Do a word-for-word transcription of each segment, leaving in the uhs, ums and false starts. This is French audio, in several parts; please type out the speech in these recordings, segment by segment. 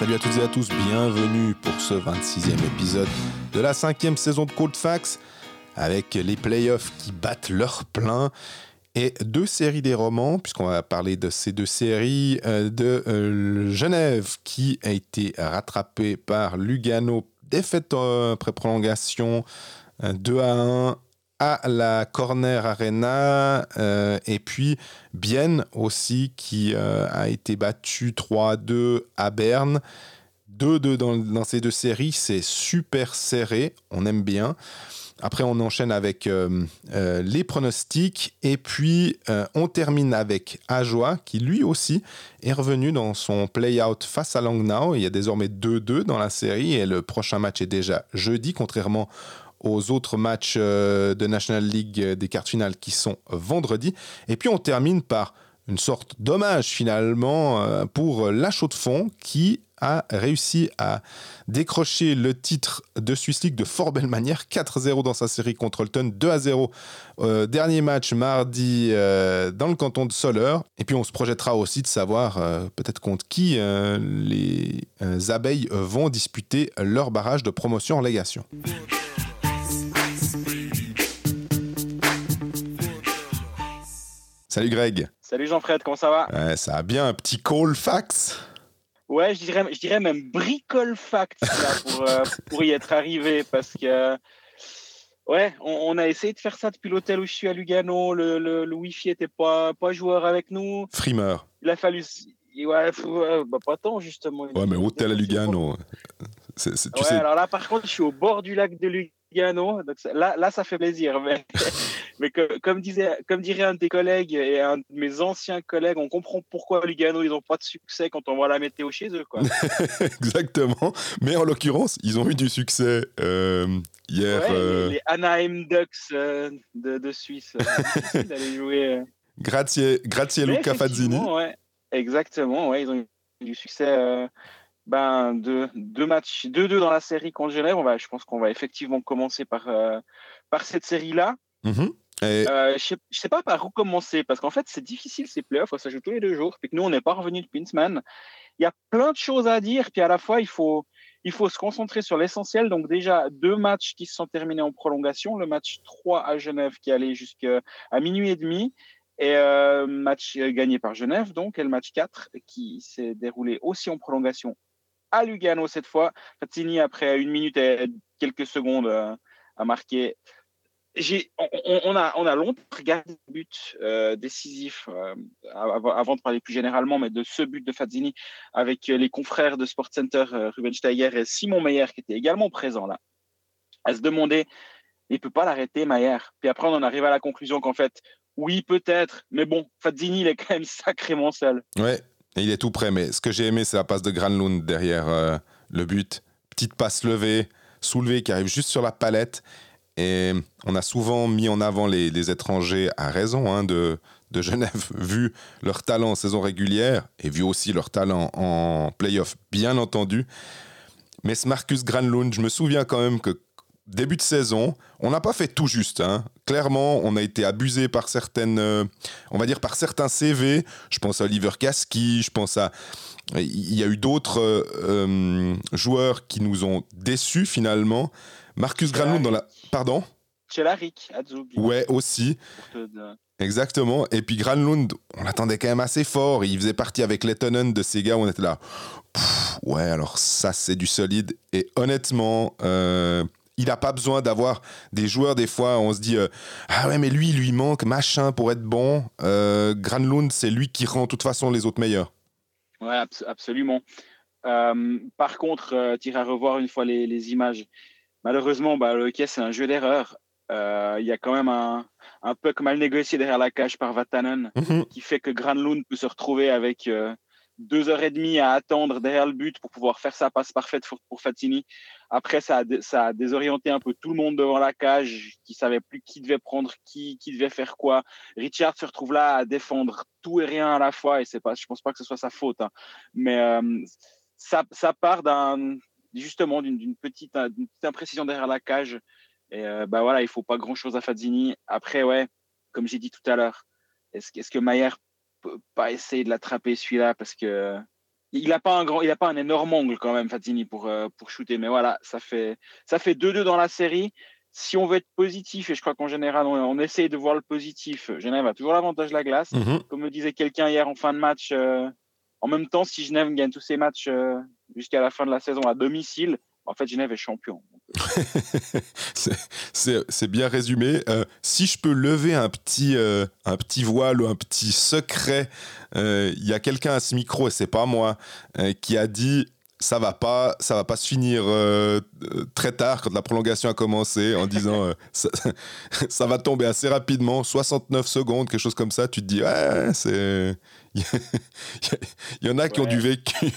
Salut à toutes et à tous, bienvenue pour ce vingt-sixième épisode de la cinquième saison de Cold Facts, avec les playoffs qui battent leur plein et deux séries des romans, puisqu'on va parler de ces deux séries, euh, de euh, Genève qui a été rattrapée par Lugano, défaite euh, après prolongation euh, deux à un à la Corner Arena, euh, et puis Bienne aussi qui euh, a été battu trois à deux à Berne. deux deux dans, dans ces deux séries, c'est super serré, on aime bien. Après, on enchaîne avec euh, euh, les pronostics, et puis euh, on termine avec Ajoie, qui lui aussi est revenu dans son play-out face à Langnau. Il y a désormais deux deux dans la série, et le prochain match est déjà jeudi, contrairement aux autres matchs euh, de National League euh, des quarts finales qui sont vendredi. Et puis on termine par une sorte d'hommage finalement euh, pour La Chaux-de-Fonds, qui a réussi à décrocher le titre de Swiss League de fort belle manière, quatre zéro dans sa série contre Holton, deux à zéro euh, dernier match mardi euh, dans le canton de Soleure. Et puis on se projettera aussi de savoir euh, peut-être contre qui euh, les euh, abeilles vont disputer leur barrage de promotion en légation. Salut Greg. Salut Jean-Fred, comment ça va? Ouais, ça a bien un petit call fax. Ouais, je dirais, je dirais même bricole fact là, pour, euh, pour y être arrivé, parce que ouais, on, on a essayé de faire ça depuis l'hôtel où je suis à Lugano. Le, le, le Wi-Fi était pas, pas joueur avec nous. Frimeur. Il a fallu. Ouais, faut, ouais, bah, pas tant justement. Ouais, mais hôtel à Lugano. C'est, c'est, tu ouais, sais... alors là, par contre, je suis au bord du lac de Lugano. Donc ça, là, là, ça fait plaisir. Mais, mais que, comme, disait, comme dirait un de tes collègues et un de mes anciens collègues, on comprend pourquoi Lugano, ils n'ont pas de succès quand on voit la météo chez eux, quoi. Exactement. Mais en l'occurrence, ils ont eu du succès euh, hier. Ouais, euh... les, les Anaheim Ducks euh, de, de Suisse. Euh, difficile d'aller jouer. Euh. Grazie, grazie Luca Fazzini. Ouais, exactement. Ouais, ils ont eu du succès. Euh, ben, deux, deux matchs, deux deux dans la série contre Genève. On va, je pense qu'on va effectivement commencer par, euh, par cette série-là. Mm-hmm. Et... Euh, je ne sais, je sais pas par où commencer, parce qu'en fait, c'est difficile ces playoffs. Ça joue tous les deux jours. Puis que nous, on n'est pas revenu de Pinsman. Il y a plein de choses à dire. Puis à la fois, il faut, il faut se concentrer sur l'essentiel. Donc déjà, deux matchs qui se sont terminés en prolongation. Le match trois à Genève qui allait jusqu'à minuit et demi. Et euh, match gagné par Genève, donc, et le match quatre qui s'est déroulé aussi en prolongation à Lugano cette fois. Fazzini, après une minute et quelques secondes, euh, a marqué. J'ai, on, on, a, on a longtemps regardé le but euh, décisif, euh, avant, avant de parler plus généralement, mais de ce but de Fazzini avec les confrères de Sport Center, euh, Ruben Steiger et Simon Meyer, qui étaient également présents là, à se demander, il ne peut pas l'arrêter, Meyer. Puis après, on en arrive à la conclusion qu'en fait, oui, peut-être, mais bon, Fazzini, il est quand même sacrément seul. Ouais, et il est tout prêt, mais ce que j'ai aimé, c'est la passe de Granlund derrière euh, le but. Petite passe levée, soulevée, qui arrive juste sur la palette. Et on a souvent mis en avant les, les étrangers, à raison, hein, de, de Genève, vu leur talent en saison régulière, et vu aussi leur talent en play-off, bien entendu. Mais ce Marcus Granlund, je me souviens quand même que début de saison, on n'a pas fait tout juste. Hein. Clairement, on a été abusé par certaines, euh, on va dire par certains C V. Je pense à Oliver Kaski, je pense à... Il y a eu d'autres euh, joueurs qui nous ont déçus finalement. Marcus Granlund dans la... Pardon ? Chelaric, Azubi. Ouais, aussi. Exactement. Et puis Granlund, on l'attendait quand même assez fort. Il faisait partie avec Lettonen de ces gars où on était là. Pff, ouais, alors ça, c'est du solide. Et honnêtement... Euh, il n'a pas besoin d'avoir des joueurs, des fois, on se dit euh, « Ah ouais, mais lui, il lui manque machin pour être bon. Euh, » Granlund, c'est lui qui rend de toute façon les autres meilleurs. Ouais, abs- absolument. Euh, par contre, euh, tu iras revoir une fois les, les images. Malheureusement, bah, le hockey, c'est un jeu d'erreur. Il euh, y a quand même un, un puck mal négocié derrière la cage par Vatanen, mm-hmm. qui fait que Granlund peut se retrouver avec euh, deux heures et demie à attendre derrière le but pour pouvoir faire sa passe parfaite pour, pour Fazzini. Après, ça a, ça a désorienté un peu tout le monde devant la cage, qui savait plus qui devait prendre qui, qui devait faire quoi. Richard se retrouve là à défendre tout et rien à la fois, et c'est pas, je pense pas que ce soit sa faute, hein. Mais euh, ça, ça part d'un, justement d'une, d'une, petite, d'une petite imprécision derrière la cage. Et euh, bah voilà, il faut pas grand-chose à Fazzini. Après, ouais, comme j'ai dit tout à l'heure, est-ce, est-ce que Mayer peut pas essayer de l'attraper celui-là, parce que il n'a pas un grand, il a pas un énorme angle quand même, Fazzini, pour, euh, pour shooter. Mais voilà, ça fait, ça fait deux deux dans la série. Si on veut être positif, et je crois qu'en général, on, on essaye de voir le positif, Genève a toujours l'avantage de la glace. Mm-hmm. Comme me disait quelqu'un hier en fin de match, euh, en même temps, si Genève gagne tous ses matchs euh, jusqu'à la fin de la saison à domicile, en fait, Genève est champion. c'est, c'est, c'est bien résumé. Euh, si je peux lever un petit, euh, un petit voile ou un petit secret, il euh, y a quelqu'un à ce micro, et c'est pas moi, euh, qui a dit ça va pas, ça va pas se finir euh, très tard quand la prolongation a commencé, en disant euh, ça, ça va tomber assez rapidement, soixante-neuf secondes, quelque chose comme ça. Tu te dis ouais, c'est, il y, y en a ouais. qui ont du vécu.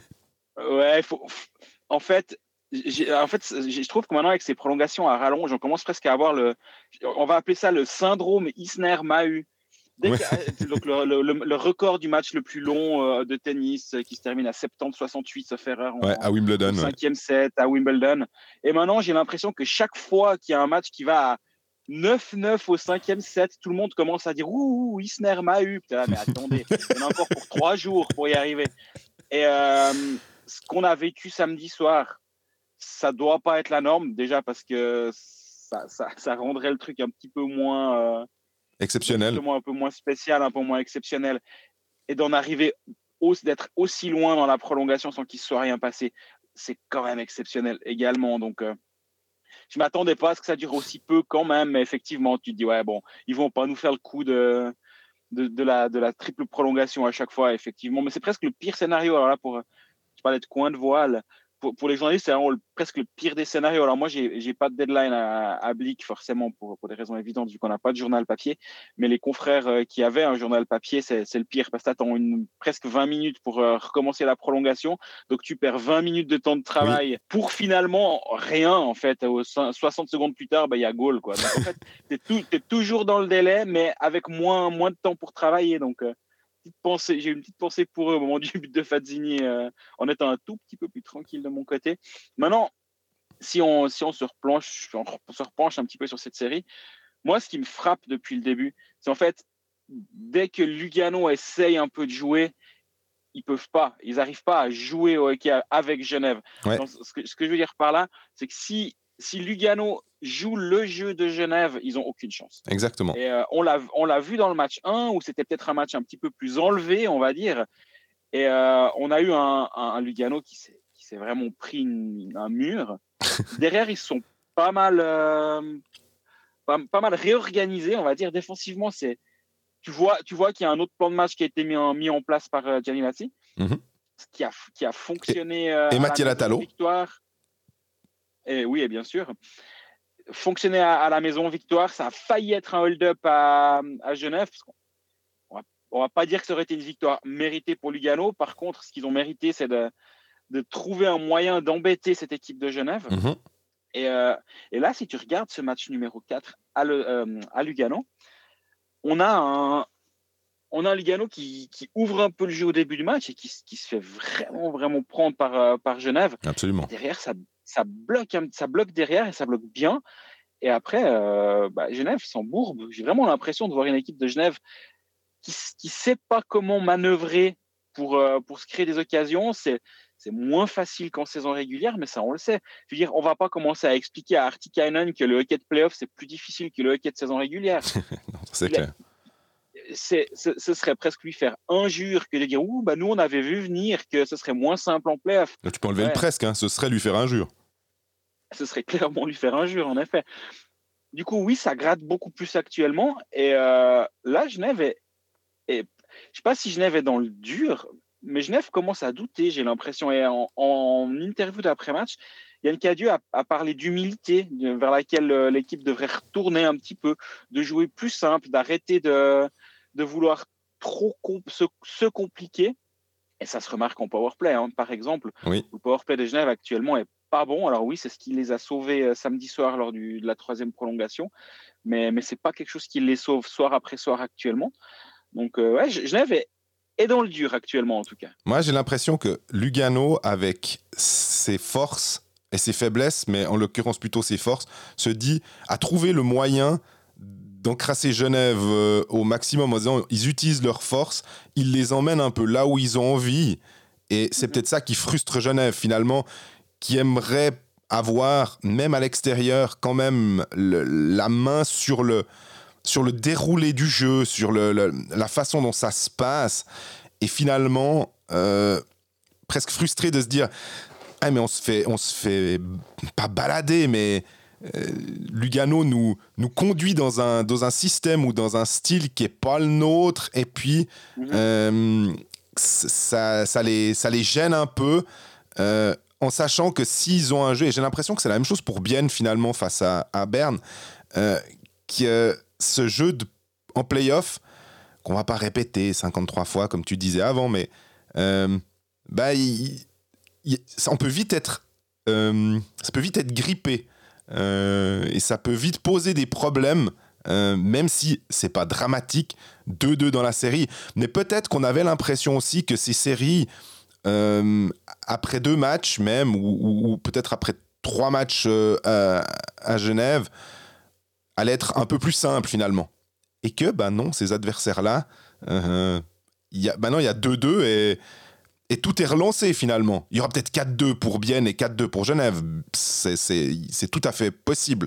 Ouais, faut... en fait. J'ai, en fait, je trouve que maintenant, avec ces prolongations à rallonge, on commence presque à avoir le, on va appeler ça le syndrome Isner-Mahut. Dès ouais. que, donc le, le, le record du match le plus long euh, de tennis euh, qui se termine à soixante-dix soixante-huit, sauf erreur, ouais, à Wimbledon, au cinquième ouais. set, à Wimbledon. Et maintenant, j'ai l'impression que chaque fois qu'il y a un match qui va à neuf neuf au cinquième set, tout le monde commence à dire ouh, Isner-Mahut. Putain, mais attendez, on a encore pour trois jours pour y arriver. Et euh, ce qu'on a vécu samedi soir, ça doit pas être la norme, déjà parce que ça, ça, ça rendrait le truc un petit peu moins euh, exceptionnel, un peu moins spécial, un peu moins exceptionnel, et d'en arriver au, d'être aussi loin dans la prolongation sans qu'il se soit rien passé, c'est quand même exceptionnel également. Donc euh, je m'attendais pas à ce que ça dure aussi peu quand même, mais effectivement tu te dis ouais bon, ils vont pas nous faire le coup de de, de la de la triple prolongation à chaque fois, effectivement, mais c'est presque le pire scénario. Alors là, pour je parlais de coin de voile. Pour, pour les journalistes, c'est vraiment le, presque le pire des scénarios. Alors moi, j'ai, j'ai pas de deadline à, à Blick, forcément, pour, pour des raisons évidentes, vu qu'on n'a pas de journal papier. Mais les confrères euh, qui avaient un journal papier, c'est, c'est le pire, parce que tu attends une, presque vingt minutes pour euh, recommencer la prolongation. Donc tu perds vingt minutes de temps de travail oui. pour finalement rien, en fait. Aux soixante secondes plus tard, il bah, y a goal, quoi. Donc en fait, tu es toujours dans le délai, mais avec moins, moins de temps pour travailler. Donc euh, Petite pensée, j'ai eu une petite pensée pour eux au moment du but de Fazzini, euh, en étant un tout petit peu plus tranquille de mon côté. Maintenant, si on, si on se replanche, on se repenche un petit peu sur cette série, moi, ce qui me frappe depuis le début, c'est en fait, dès que Lugano essaye un peu de jouer, ils peuvent pas, ils n'arrivent pas à jouer au hockey avec Genève. Ouais. Donc, ce, que, ce que je veux dire par là, c'est que si, si Lugano joue le jeu de Genève, ils n'ont aucune chance. Exactement. Et euh, on, l'a, on l'a vu dans le match un, où c'était peut-être un match un petit peu plus enlevé, on va dire. Et euh, on a eu un, un, un Lugano qui s'est, qui s'est vraiment pris une, un mur. Derrière, ils se sont pas mal, euh, pas, pas mal réorganisés, on va dire. Défensivement, c'est, tu, vois, tu vois qu'il y a un autre plan de match qui a été mis en, mis en place par euh, Gianni Mazzi, mm-hmm. qui, a, qui a fonctionné. Euh, et Mathieu Latalo. Victoire. Et oui, et bien sûr. Fonctionner à, à la maison victoire, ça a failli être un hold-up à, à Genève. Parce qu'on, on va, on va pas dire que ça aurait été une victoire méritée pour Lugano. Par contre, ce qu'ils ont mérité, c'est de, de trouver un moyen d'embêter cette équipe de Genève. Mm-hmm. Et, euh, et là, si tu regardes ce match numéro quatre à, le, euh, à Lugano, on a un, on a un Lugano qui, qui ouvre un peu le jeu au début du match et qui, qui se fait vraiment, vraiment prendre par, euh, par Genève. Absolument. Et derrière, ça Ça bloque, ça bloque derrière et ça bloque bien. Et après, euh, bah, Genève s'embourbe. J'ai vraiment l'impression de voir une équipe de Genève qui ne sait pas comment manœuvrer pour, euh, pour se créer des occasions. C'est, c'est moins facile qu'en saison régulière, mais ça, on le sait. Je veux dire, on ne va pas commencer à expliquer à Artikainen que le hockey de playoff, c'est plus difficile que le hockey de saison régulière. Non, c'est Il clair. A, c'est, ce, ce serait presque lui faire injure que de dire ouh, bah, nous, on avait vu venir que ce serait moins simple en playoff. Tu peux enlever ouais. le presque, hein, ce serait lui faire injure. Ce serait clairement lui faire injure, en effet. Du coup, oui, ça gratte beaucoup plus actuellement. Et euh, là, Genève est, est... Je ne sais pas si Genève est dans le dur, mais Genève commence à douter, j'ai l'impression. Et en, en interview d'après-match, Yann Cadieux a, a parlé d'humilité vers laquelle l'équipe devrait retourner un petit peu, de jouer plus simple, d'arrêter de, de vouloir trop comp- se, se compliquer. Et ça se remarque en powerplay, hein. Par exemple. Oui. Le powerplay de Genève actuellement est pas bon. Alors oui, c'est ce qui les a sauvés euh, samedi soir lors du, de la troisième prolongation, mais mais c'est pas quelque chose qui les sauve soir après soir actuellement. Donc euh, ouais, Genève est, est dans le dur actuellement en tout cas. Moi, j'ai l'impression que Lugano, avec ses forces et ses faiblesses, mais en l'occurrence plutôt ses forces, se dit à trouver le moyen d'encrasser Genève euh, au maximum en disant ils utilisent leurs forces, ils les emmènent un peu là où ils ont envie. Et c'est mm-hmm. peut-être ça qui frustre Genève, finalement, qui aimerait avoir, même à l'extérieur, quand même le, la main sur le, sur le déroulé du jeu, sur le, le, la façon dont ça se passe. Et finalement, euh, presque frustré de se dire ah, mais on se fait, on se fait pas balader, mais euh, Lugano nous, nous conduit dans un, dans un système ou dans un style qui n'est pas le nôtre. Et puis, mm-hmm. euh, ça, ça, les, ça les gêne un peu. Euh, en sachant que s'ils ont un jeu, et j'ai l'impression que c'est la même chose pour Bienne finalement face à, à Berne, euh, que euh, ce jeu de, en play-off, qu'on va pas répéter cinquante-trois fois comme tu disais avant, mais euh, bah, il, il, ça, on peut vite être, euh, ça peut vite être grippé euh, et ça peut vite poser des problèmes, euh, même si c'est pas dramatique, deux deux dans la série. Mais peut-être qu'on avait l'impression aussi que ces séries Euh, après deux matchs même, ou, ou, ou peut-être après trois matchs euh, à, à Genève, allait être un peu plus simple finalement. Et que, bah non, ces adversaires-là, euh, y a, bah non, il y a deux deux et, et tout est relancé finalement. Il y aura peut-être quatre deux pour Bienne et quatre deux pour Genève. C'est, c'est, c'est tout à fait possible.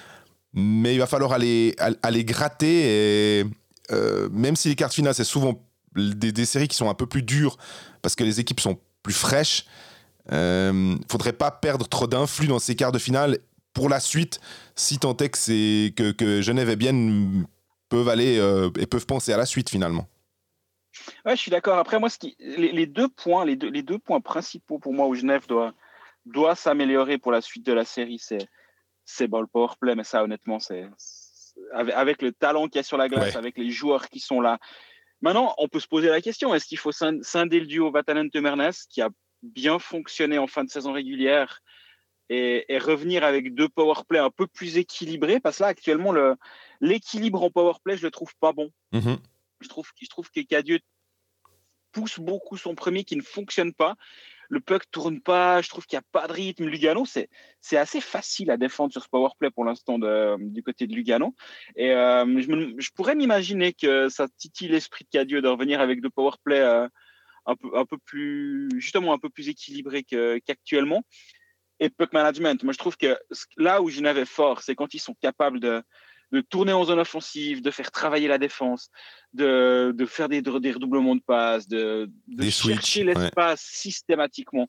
Mais il va falloir aller, aller gratter et euh, même si les quarts de finale, c'est souvent Des, des séries qui sont un peu plus dures parce que les équipes sont plus fraîches, il euh, ne faudrait pas perdre trop d'influx dans ces quarts de finale pour la suite, si tant est que, c'est, que, que Genève et Bienne peuvent aller euh, et peuvent penser à la suite finalement. Ouais, je suis d'accord. Après, moi, ce qui, les, les, deux points, les, deux, les deux points principaux pour moi où Genève doit, doit s'améliorer pour la suite de la série, c'est, c'est bon, le powerplay, mais ça, honnêtement, c'est, c'est avec, avec le talent qu'il y a sur la glace, ouais. Avec les joueurs qui sont là. Maintenant, on peut se poser la question, est-ce qu'il faut scinder le duo Vatanen-Temernes, qui a bien fonctionné en fin de saison régulière, et, et revenir avec deux powerplay un peu plus équilibrés? Parce que là, actuellement, le, l'équilibre en powerplay, je le trouve pas bon. Mm-hmm. Je trouve, je trouve que Cadieux pousse beaucoup son premier qui ne fonctionne pas. Le puck tourne pas, je trouve qu'il n'y a pas de rythme. Lugano, c'est, c'est assez facile à défendre sur ce powerplay pour l'instant de, du côté de Lugano. Et euh, je, me, je pourrais m'imaginer que ça titille l'esprit de Cadieux de revenir avec deux powerplay euh, un, peu, un peu plus, justement un peu plus équilibrés que, qu'actuellement. Et puck management, moi je trouve que là où Genève est fort, c'est quand ils sont capables de, de tourner en zone offensive, de faire travailler la défense, de, de faire des, des redoublements de passes, de, de chercher switch, l'espace ouais. systématiquement.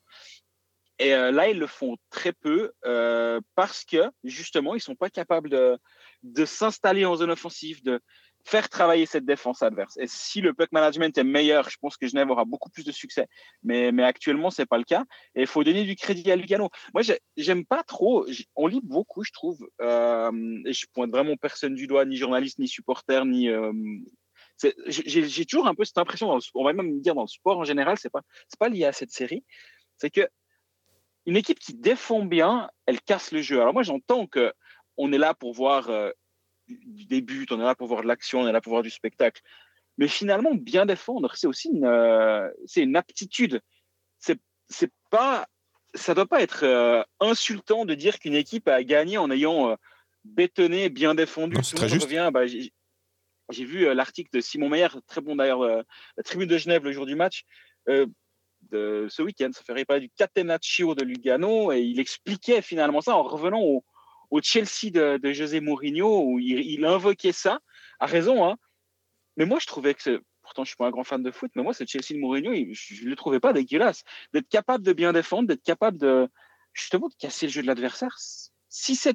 Et euh, là, ils le font très peu euh, parce que, justement, ils ne sont pas capables de, de s'installer en zone offensive, de faire travailler cette défense adverse. Et si le puck management est meilleur, je pense que Genève aura beaucoup plus de succès. Mais, mais actuellement, ce n'est pas le cas. Et il faut donner du crédit à Lugano. Moi, j'aime pas trop. On lit beaucoup, je trouve. Euh, et je pointe vraiment personne du doigt, ni journaliste, ni supporter, ni... Euh, c'est, j'ai, j'ai toujours un peu cette impression, le, on va même dire dans le sport en général, ce n'est pas, c'est pas lié à cette série. C'est que une équipe qui défend bien, elle casse le jeu. Alors moi, j'entends qu'on est là pour voir... Euh, des buts, on est là pour voir de l'action, on est là pour voir du spectacle. Mais finalement, bien défendre, c'est aussi une, euh, c'est une aptitude. C'est, c'est pas, ça ne doit pas être euh, insultant de dire qu'une équipe a gagné en ayant euh, bétonné, bien défendu. Non, c'est très juste. Revient, bah, j'ai, j'ai vu euh, l'article de Simon Meyer, très bon d'ailleurs, euh, la tribune de Genève le jour du match, euh, de ce week-end. Ça fait parler du Catenaccio de Lugano et il expliquait finalement ça en revenant au au Chelsea de, de José Mourinho, où il, il invoquait ça, a raison, hein. Mais moi, je trouvais que, c'est, pourtant, je ne suis pas un grand fan de foot, mais moi, ce Chelsea de Mourinho, il, je ne le trouvais pas dégueulasse. D'être capable de bien défendre, d'être capable de, justement, de casser le jeu de l'adversaire. Si c'est,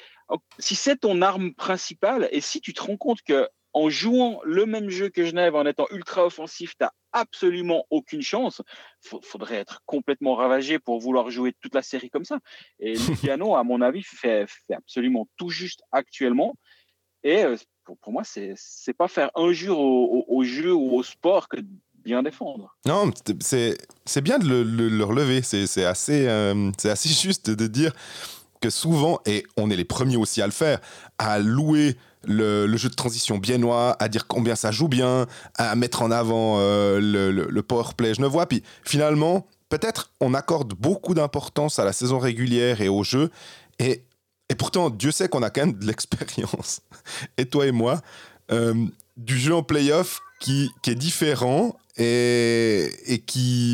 si c'est ton arme principale, et si tu te rends compte que en jouant le même jeu que Genève, en étant ultra offensif, tu n'as absolument aucune chance. Il faudrait être complètement ravagé pour vouloir jouer toute la série comme ça. Et Lugano, à mon avis, fait, fait absolument tout juste actuellement. Et pour, pour moi, c'est, c'est pas faire injure au, au, au jeu ou au sport que de bien défendre. Non, c'est, c'est bien de le, le, le relever. C'est, c'est, assez, euh, c'est assez juste de dire que souvent, et on est les premiers aussi à le faire, à louer Le, le jeu de transition biennois, à dire combien ça joue bien, à mettre en avant euh, le, le, le powerplay genevois. Puis finalement, peut-être on accorde beaucoup d'importance à la saison régulière et au jeu. Et, et pourtant, Dieu sait qu'on a quand même de l'expérience, et toi et moi, euh, du jeu en play-off qui, qui est différent et, et qui,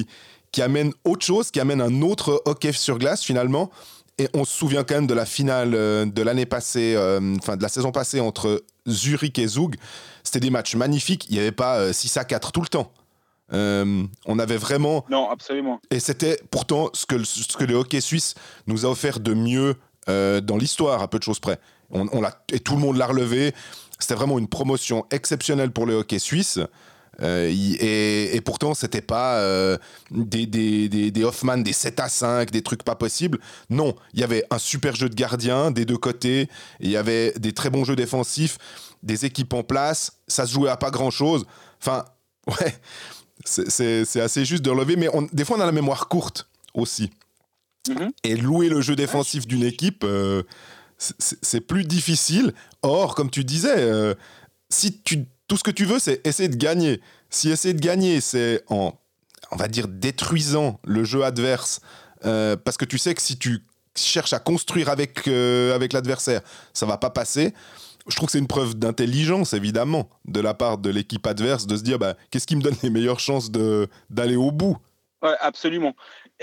qui amène autre chose, qui amène un autre hockey sur glace finalement. Et on se souvient quand même de la finale euh, de l'année passée, euh, enfin de la saison passée entre Zurich et Zug. C'était des matchs magnifiques. Il n'y avait pas euh, six à quatre tout le temps. Euh, on avait vraiment... Non, absolument. Et c'était pourtant ce que, le, ce que le hockey suisse nous a offert de mieux euh, dans l'histoire, à peu de choses près. On, on l'a, et tout le monde l'a relevé. C'était vraiment une promotion exceptionnelle pour le hockey suisse. Euh, et, et pourtant, c'était pas euh, des, des, des, des Hoffman, des sept à cinq, des trucs pas possibles. Non, il y avait un super jeu de gardien des deux côtés. Il y avait des très bons jeux défensifs, des équipes en place. Ça se jouait à pas grand-chose. Enfin, ouais, c'est, c'est, c'est assez juste de relever. Mais on, des fois, on a la mémoire courte aussi. Mm-hmm. Et louer le jeu défensif d'une équipe, euh, c'est, c'est plus difficile. Or, comme tu disais, euh, si tu... Tout ce que tu veux, c'est essayer de gagner. Si essayer de gagner, c'est en, on va dire, détruisant le jeu adverse, euh, parce que tu sais que si tu cherches à construire avec, euh, avec l'adversaire, ça va pas passer. Je trouve que c'est une preuve d'intelligence, évidemment, de la part de l'équipe adverse, de se dire, bah, qu'est-ce qui me donne les meilleures chances de, d'aller au bout ? Ouais, absolument.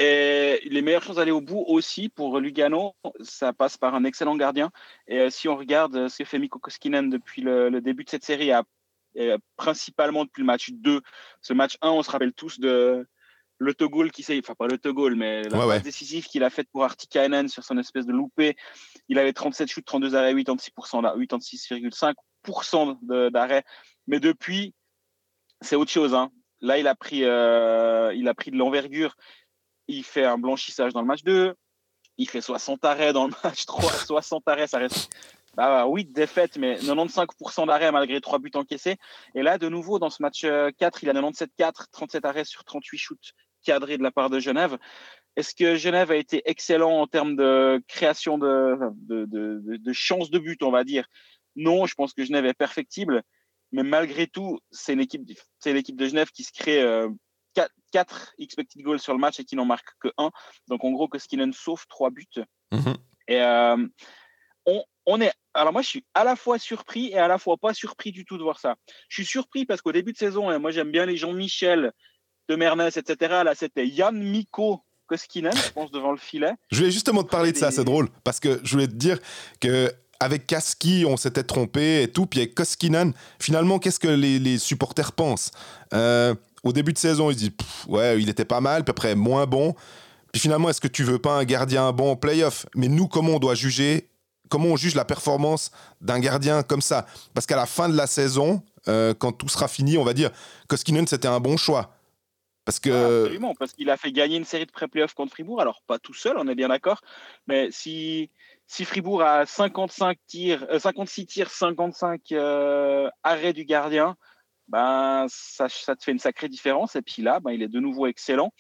Et les meilleures chances d'aller au bout aussi pour Lugano, ça passe par un excellent gardien. Et euh, si on regarde ce que fait Mikko Koskinen depuis le, le début de cette série, à Et principalement depuis le match deux. Ce match un, on se rappelle tous de le Togol qui s'est, enfin pas le Togol, mais la ouais, passe ouais. décisive qu'il a faite pour Artikainen sur son espèce de loupé. Il avait trente-sept shoots, trente-deux arrêts, quatre-vingt-six pour cent, quatre-vingt-six virgule cinq pour cent d'arrêts. Mais depuis, c'est autre chose. Hein. Là, il a pris, euh, il a pris de l'envergure. Il fait un blanchissage dans le match deux. Il fait soixante arrêts dans le match trois. soixante arrêts, ça reste... Bah, oui, défaite, mais quatre-vingt-quinze pour cent d'arrêt malgré trois buts encaissés. Et là, de nouveau, dans ce match quatre, il a quatre-vingt-dix-sept quatre, trente-sept arrêts sur trente-huit shoots cadrés de la part de Genève. Est-ce que Genève a été excellent en termes de création de, de, de, de, de chances de but, on va dire ? Non, je pense que Genève est perfectible. Mais malgré tout, c'est l'équipe, c'est l'équipe de Genève qui se crée euh, quatre expected goals sur le match et qui n'en marque que un. Donc, en gros, Koskinen sauve trois buts. Mm-hmm. Et euh, on, on est... Alors moi, je suis à la fois surpris et à la fois pas surpris du tout de voir ça. Je suis surpris parce qu'au début de saison, hein, moi j'aime bien les Jean-Michel, de Mernes, et cetera. Là, c'était Jan Mikko Koskinen, je pense, devant le filet. Je voulais justement te parler de ça, c'est drôle, parce que je voulais te dire que avec Kaski, on s'était trompé et tout, puis avec Koskinen, finalement, qu'est-ce que les, les supporters pensent ? euh, Au début de saison, ils disent pff, ouais, il était pas mal, puis après moins bon. Puis finalement, est-ce que tu veux pas un gardien bon en play-off ? Mais nous, comment on doit juger ? Comment on juge la performance d'un gardien comme ça ? Parce qu'à la fin de la saison, euh, quand tout sera fini, on va dire Koskinen, c'était un bon choix. Parce que... Ah, absolument, parce qu'il a fait gagner une série de pré-playoffs contre Fribourg. Alors, pas tout seul, on est bien d'accord. Mais si, si Fribourg a cinquante-cinq tirs, euh, cinquante-six tirs, cinquante-cinq euh, arrêts du gardien, ben, ça, ça te fait une sacrée différence. Et puis là, ben, il est de nouveau excellent.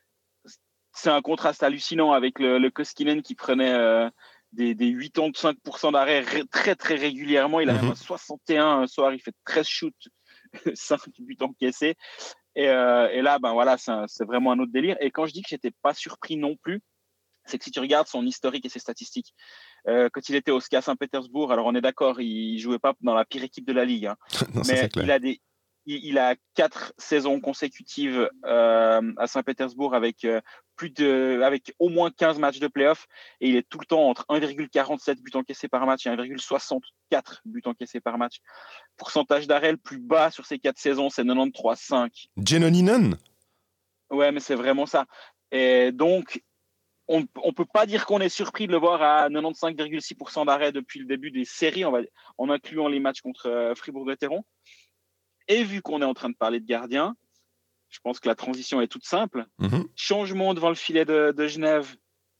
C'est un contraste hallucinant avec le, le Koskinen qui prenait... Euh, Des, des quatre-vingt-quinze pour cent d'arrêt ré, très très régulièrement. Il a même mm-hmm. soixante et un un soir, il fait treize shoots, cinq buts encaissés. Et, euh, et là, ben voilà, c'est, un, c'est vraiment un autre délire. Et quand je dis que j'étais pas surpris non plus, c'est que si tu regardes son historique et ses statistiques, euh, quand il était au S K A Saint-Pétersbourg, alors on est d'accord, il jouait pas dans la pire équipe de la ligue, hein, non, mais il a des il a quatre saisons consécutives euh, à Saint-Pétersbourg avec euh, plus de, avec au moins quinze matchs de play-off et il est tout le temps entre un virgule quarante-sept buts encaissés par match et un virgule soixante-quatre buts encaissés par match. Pourcentage d'arrêt le plus bas sur ces quatre saisons, c'est quatre-vingt-treize virgule cinq. Jenoninen ? Ouais, mais c'est vraiment ça. Et donc, on ne peut pas dire qu'on est surpris de le voir à quatre-vingt-quinze virgule six pour cent d'arrêt depuis le début des séries, on va, en incluant les matchs contre euh, Fribourg-Gotteron. Et vu qu'on est en train de parler de gardien, je pense que la transition est toute simple. Mm-hmm. Changement devant le filet de, de Genève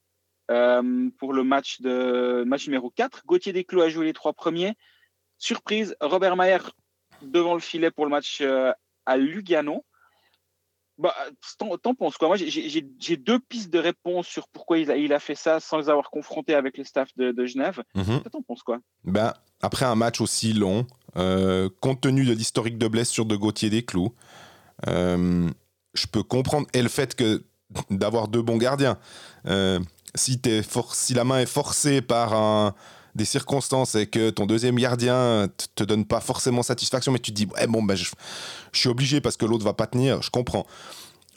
euh, pour le match, de, match numéro quatre. Gauthier Desclos a joué les trois premiers. Surprise, Robert Mayer devant le filet pour le match euh, à Lugano. Bah, t'en, t'en penses quoi ? Moi, j'ai, j'ai, j'ai deux pistes de réponse sur pourquoi il a, il a fait ça sans les avoir confrontés avec le staff de, de Genève. Mm-hmm. T'en penses quoi ? Ben, après un match aussi long, euh, compte tenu de l'historique de blessure de Gauthier Desclos, euh, je peux comprendre. Et le fait que d'avoir deux bons gardiens, euh, si, t'es for- si la main est forcée par un, des circonstances et que ton deuxième gardien te, te donne pas forcément satisfaction, mais tu te dis ouais, bon, ben, je, je suis obligé parce que l'autre va pas tenir, je comprends.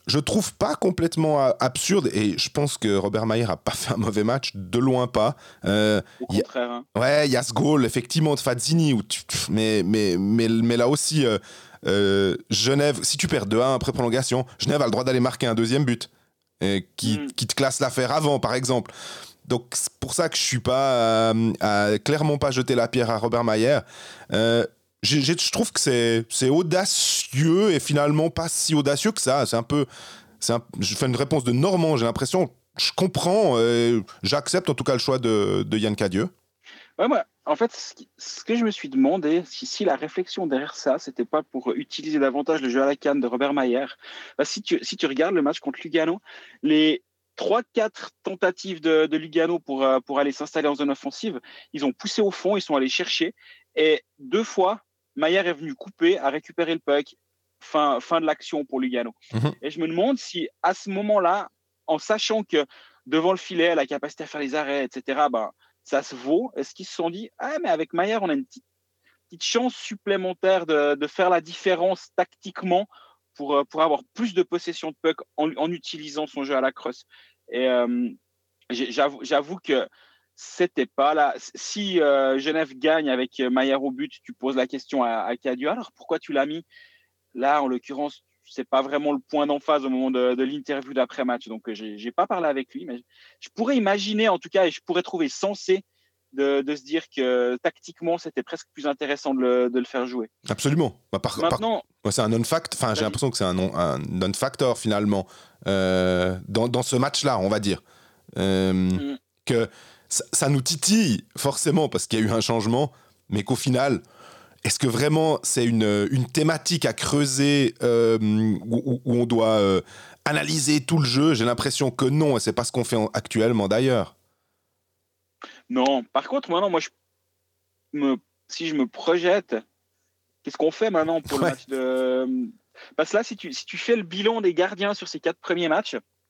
je trouve pas complètement absurde, et je pense que Robert Mayer a pas fait un mauvais match, de loin pas. Euh, Au contraire. A, hein. Ouais, il y a ce goal, effectivement, de Fazzini, où tu, mais, mais, mais, mais là aussi, euh, euh, Genève, si tu perds deux un après prolongation, Genève a le droit d'aller marquer un deuxième but, et qui, mm. qui te classe l'affaire avant, par exemple. Donc, c'est pour ça que je suis pas, euh, à clairement pas jeter la pierre à Robert Mayer. Euh, j'ai, j'ai, je trouve que c'est, c'est audacieux, et finalement pas si audacieux que ça. C'est un peu... C'est un, je fais une réponse de Normand, j'ai l'impression. Je comprends, euh, j'accepte en tout cas le choix de, de Yann Cadieux. Ouais, moi, en fait, ce, qui, ce que je me suis demandé, si, si la réflexion derrière ça, c'était pas pour utiliser davantage le jeu à la canne de Robert Mayer. Bah, si, tu, si tu regardes le match contre Lugano, les trois quatre tentatives de, de Lugano pour, pour aller s'installer en zone offensive, ils ont poussé au fond, ils sont allés chercher, et deux fois, Mayer est venu couper, a récupéré le puck, fin, fin de l'action pour Lugano. Mmh. Et je me demande si, à ce moment-là, en sachant que devant le filet, la capacité à faire les arrêts, et cetera, bah, ça se vaut. Est-ce qu'ils se sont dit, ah, mais avec Mayer, on a une petite, petite chance supplémentaire de, de faire la différence tactiquement pour, pour avoir plus de possession de puck en, en utilisant son jeu à la crosse. Et euh, j'avoue, j'avoue que c'était pas là. Si euh, Genève gagne avec Mayer au but, tu poses la question à, à Cadieux, alors pourquoi tu l'as mis là, en l'occurrence, c'est pas vraiment le point d'emphase au moment de, de l'interview d'après-match. Donc, j'ai, j'ai pas parlé avec lui, mais je pourrais imaginer, en tout cas, et je pourrais trouver sensé de, de se dire que tactiquement, c'était presque plus intéressant de le, de le faire jouer. Absolument. Bah, par, Maintenant, par, ouais, c'est un non-fact. Enfin, j'ai l'impression que c'est un, non, un non-factor finalement euh, dans, dans ce match-là, on va dire. Euh, mm. Que ça, ça nous titille forcément parce qu'il y a eu un changement, mais qu'au final. Est-ce que vraiment c'est une, une thématique à creuser euh, où, où on doit euh, analyser tout le jeu ? J'ai l'impression que non, et c'est pas ce qu'on fait en, actuellement d'ailleurs. Non, par contre, maintenant, moi, je me, si je me projette, qu'est-ce qu'on fait maintenant pour ouais. le match de... Parce que là, si tu, si tu fais le bilan des gardiens sur ces quatre premiers matchs,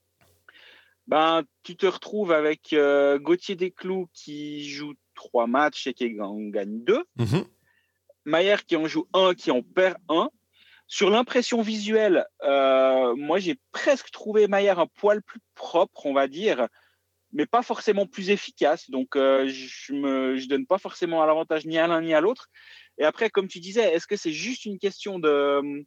ben, tu te retrouves avec euh, Gauthier Desclous qui joue trois matchs et qui en gagne deux. Mm-hmm. Mayer qui en joue un, qui en perd un. Sur l'impression visuelle, euh, moi, j'ai presque trouvé Mayer un poil plus propre, on va dire, mais pas forcément plus efficace. Donc, euh, je ne je donne pas forcément à l'avantage ni à l'un ni à l'autre. Et après, comme tu disais, est-ce que c'est juste une question de euh,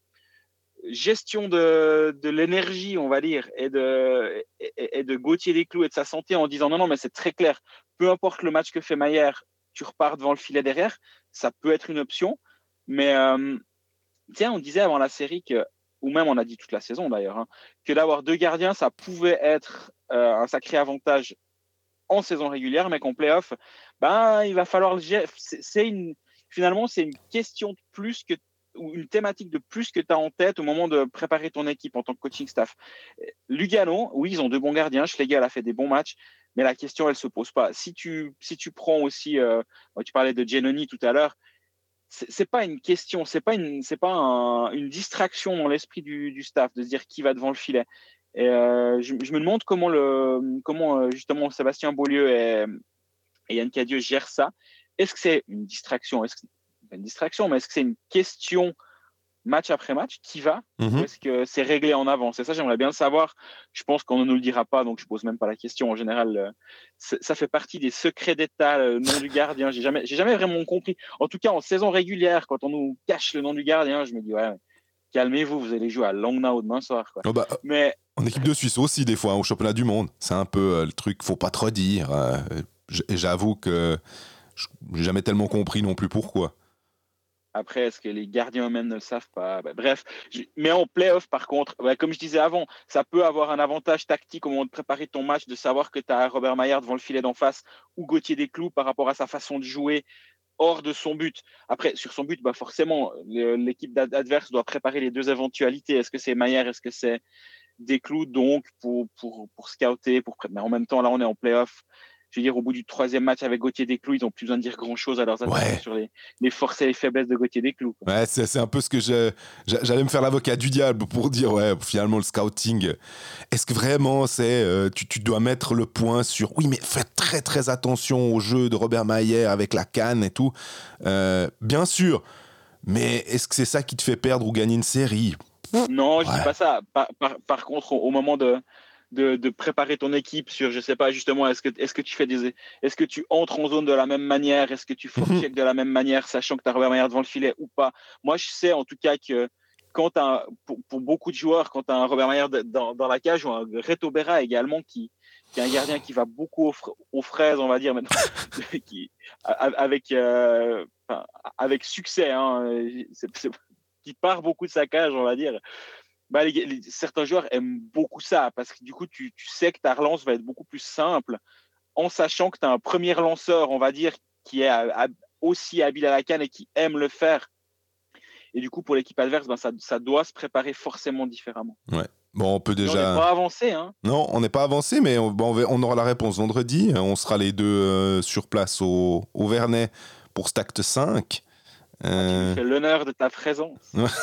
gestion de, de l'énergie, on va dire, et de, et, et de Gauthier Desclous et de sa santé en disant non, non, mais c'est très clair, peu importe le match que fait Mayer, tu repars devant le filet derrière, ça peut être une option. Mais euh, tiens, on disait avant la série, que, ou même on a dit toute la saison d'ailleurs, hein, que d'avoir deux gardiens, ça pouvait être euh, un sacré avantage en saison régulière, mais qu'en play-off, ben, il va falloir le gérer. C'est, c'est une, finalement, c'est une question de plus que, ou une thématique de plus que tu as en tête au moment de préparer ton équipe en tant que coaching staff. Lugano, oui, ils ont deux bons gardiens. Schlegel a fait des bons matchs. Mais la question, elle ne se pose pas. Si tu, si tu prends aussi, euh, tu parlais de Giannoni tout à l'heure, c'est, c'est pas une question, c'est pas une, c'est pas un, une distraction dans l'esprit du, du staff de se dire qui va devant le filet. Et euh, je, je me demande comment le, comment justement Sébastien Beaulieu et, et Yann Cadieux gèrent ça. Est-ce que c'est une distraction ? Est-ce que c'est pas une distraction, mais est-ce que c'est une question match après match qui va mm-hmm. ou est-ce que c'est réglé en avance ? Et ça, j'aimerais bien le savoir. Je pense qu'on ne nous le dira pas, donc je pose même pas la question. En général, euh, ça fait partie des secrets d'État, le nom du gardien. J'ai jamais, j'ai jamais vraiment compris. En tout cas, en saison régulière, quand on nous cache le nom du gardien, je me dis ouais, calmez-vous, vous allez jouer à Langnau demain soir, quoi. Oh bah, mais en équipe de Suisse aussi, des fois, hein, au championnat du monde, c'est un peu euh, le truc. Faut pas trop dire. Euh, j'avoue que j'ai jamais tellement compris non plus pourquoi. Après, est-ce que les gardiens eux-mêmes ne le savent pas ? Ben, bref, mais en play-off, par contre, ben, comme je disais avant, ça peut avoir un avantage tactique au moment de préparer ton match, de savoir que tu as Robert Mayer devant le filet d'en face ou Gauthier Desclous par rapport à sa façon de jouer hors de son but. Après, sur son but, ben, forcément, l'équipe adverse doit préparer les deux éventualités. Est-ce que c'est Mayer ? Est-ce que c'est Desclous ? Donc, pour, pour, pour scouter, pour... mais en même temps, là, on est en play-off. Je veux dire, au bout du troisième match avec Gauthier Desclous, ils n'ont plus besoin de dire grand-chose à leurs attaquants ouais. sur les, les forces et les faiblesses de Gauthier Desclous. Quoi. Ouais, c'est, c'est un peu ce que je, j'allais me faire l'avocat du diable pour dire, ouais, finalement, le scouting, est-ce que vraiment c'est, euh, tu, tu dois mettre le point sur, oui, mais faites très, très attention au jeu de Robert Mayer avec la canne et tout. Euh, bien sûr, mais est-ce que c'est ça qui te fait perdre ou gagner une série ? Non, je Ouais. dis pas ça. Par, par, par contre, au, au moment de, de, de préparer ton équipe sur, je sais pas, justement, est-ce que, est-ce que tu fais des, est-ce que tu entres en zone de la même manière, est-ce que tu forecheck de la même manière, sachant que tu as Robert Mayer devant le filet ou pas. Moi, je sais en tout cas que quand t'as, pour, pour beaucoup de joueurs, quand tu as un Robert Mayer dans, dans la cage ou un Reto Berra également qui, qui est un gardien qui va beaucoup aux, fra- aux fraises, on va dire maintenant, qui, avec, euh, enfin, avec succès, hein, c'est, c'est, qui part beaucoup de sa cage, on va dire. Bah, les, les, certains joueurs aiment beaucoup ça parce que du coup, tu, tu sais que ta relance va être beaucoup plus simple en sachant que tu as un premier lanceur, on va dire, qui est à, à, aussi habile à la canne et qui aime le faire. Et du coup, pour l'équipe adverse, ben, ça, ça doit se préparer forcément différemment. Ouais. Bon, on peut déjà. Mais on n'est pas avancé, hein. Non, on n'est pas avancé, mais on, bon, on aura la réponse vendredi. On sera les deux euh, sur place au, au Vernet pour Stact cinq. Euh... Ah, tu me fais l'honneur de ta présence.